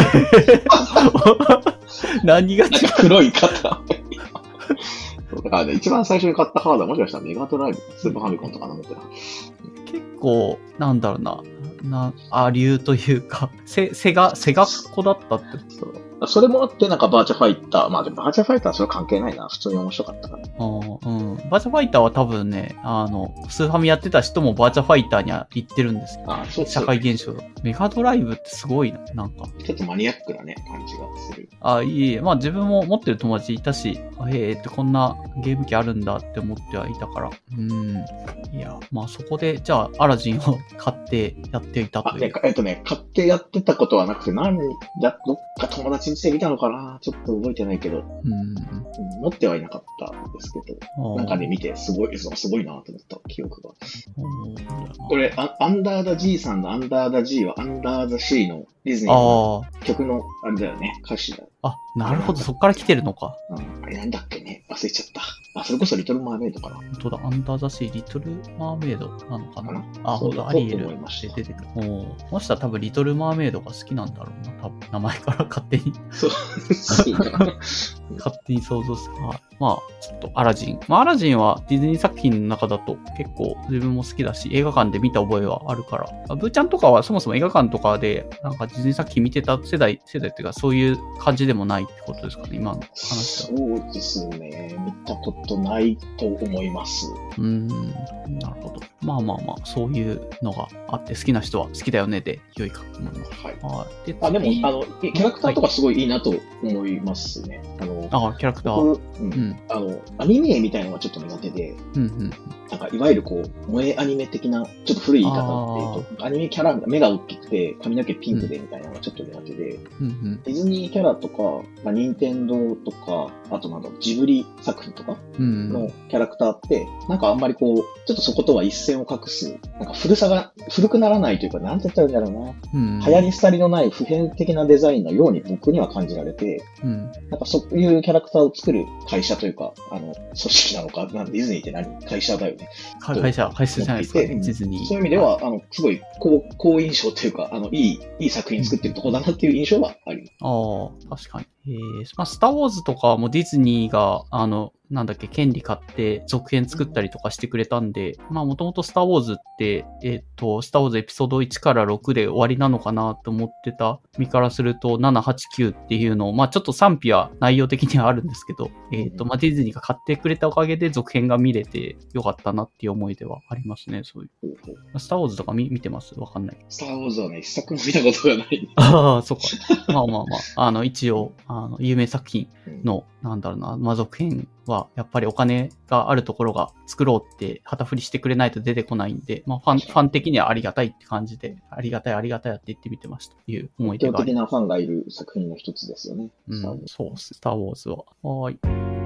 何が違う？ 黒い型。だからね、一番最初に買ったハードはもしかしたらメガドライブ、スーパーファミコンとかなのってな。 結構、なんだろうな、理由というか、セガっ子だったって。 それもあって、なんかバーチャファイター、まあでもバーチャファイターはそれ関係ないな。普通に面白かったから。 バーチャファイターは多分ね、スーファミやってた人もバーチャファイターには行ってるんですよ。そう社会現象だ。メガドライブってすごいな、なんか。 ちょっとマニアックなね、感じがする。 いい。まあ自分も持ってる友達いたし、ってこんなゲーム機あるんだって思ってはいたから。いや、まあそこで、じゃあ、アラジンを買ってやっていたという。 買ってやってたことはなくて、どっか友達にしてみたのかな、ちょっと覚えてないけど。持ってはいなかったんですけど、なんかで見て、すごいなと思った記憶が。これ、アンダーザ G さんのアンダーザ G はアンダーザ C のディズニーの曲のあれだよね、歌詞だ。 なるほど、そっから来てるのか。 あれなんだっけね、忘れちゃった。それこそリトルマーメイドかな。 本当だ、アンダーザシー、リトルマーメイドなのかな。ほんと、アリエルって出てくる。もしかしたら多分リトルマーメイドが好きなんだろうな、多分名前から勝手に。 そう。 勝手に想像する。まあ、ちょっとアラジン。アラジンはディズニー作品の中だと結構自分も好きだし、映画館で見た覚えはあるから。ブーちゃんとかはそもそも映画館とかで、なんかディズニー作品見てた世代っていうか、そういう感じでもないってことですかね、今の話だ。 そうですね。 ね、見たことないと思います。 なるほど。まあ、そういうのがあって、好きな人は好きだよねで良いかと思います。 はい。でも、キャラクターとかすごいいいなと思いますね。 キャラクター。 アニメみたいなのがちょっと苦手で、なんか、いわゆる萌えアニメ的な、ちょっと古い言い方っていうと、アニメキャラ、目が大きくて、髪の毛ピンクでみたいなのがちょっと苦手で、ディズニーキャラとか、任天堂とか、あとジブリ作品とかのキャラクターって、なんかあんまりちょっとそことは一線を画す、なんか古くならないというか、なんて言ったらいいんだろうな。流行り廃りのない普遍的なデザインのように僕には感じられて、なんかそういうキャラクターを作る会社というか、組織なのか、ディズニーって会社だよね。 会社じゃないですか、ディズニー。 そういう意味では、すごい好印象というか、いい作品作ってるところだなっていう印象はあります。確かに。スター・ウォーズとかもディズニーが、権利買って続編作ったりとかしてくれたんで、もともとスター・ウォーズって、スター・ウォーズエピソード1から6で終わりなのかなと思ってた身からすると、7、8、9っていうのを、ちょっと賛否は内容的にはあるんですけど、ディズニーが買ってくれたおかげで続編が見れてよかったなっていう思いではありますね、そういう。スター・ウォーズとか見てます？わかんない。 スター・ウォーズはね、一作も見たことがない。 そうか。一応、有名作品の、続編は、やっぱりお金があるところが作ろうって旗振りしてくれないと出てこないんで、ファン的にはありがたいって感じで、ありがたいって言ってみてましたという思い出があります。 熱狂的なファンがいる作品の一つですよね。 そうです。スター・ウォーズは。はい。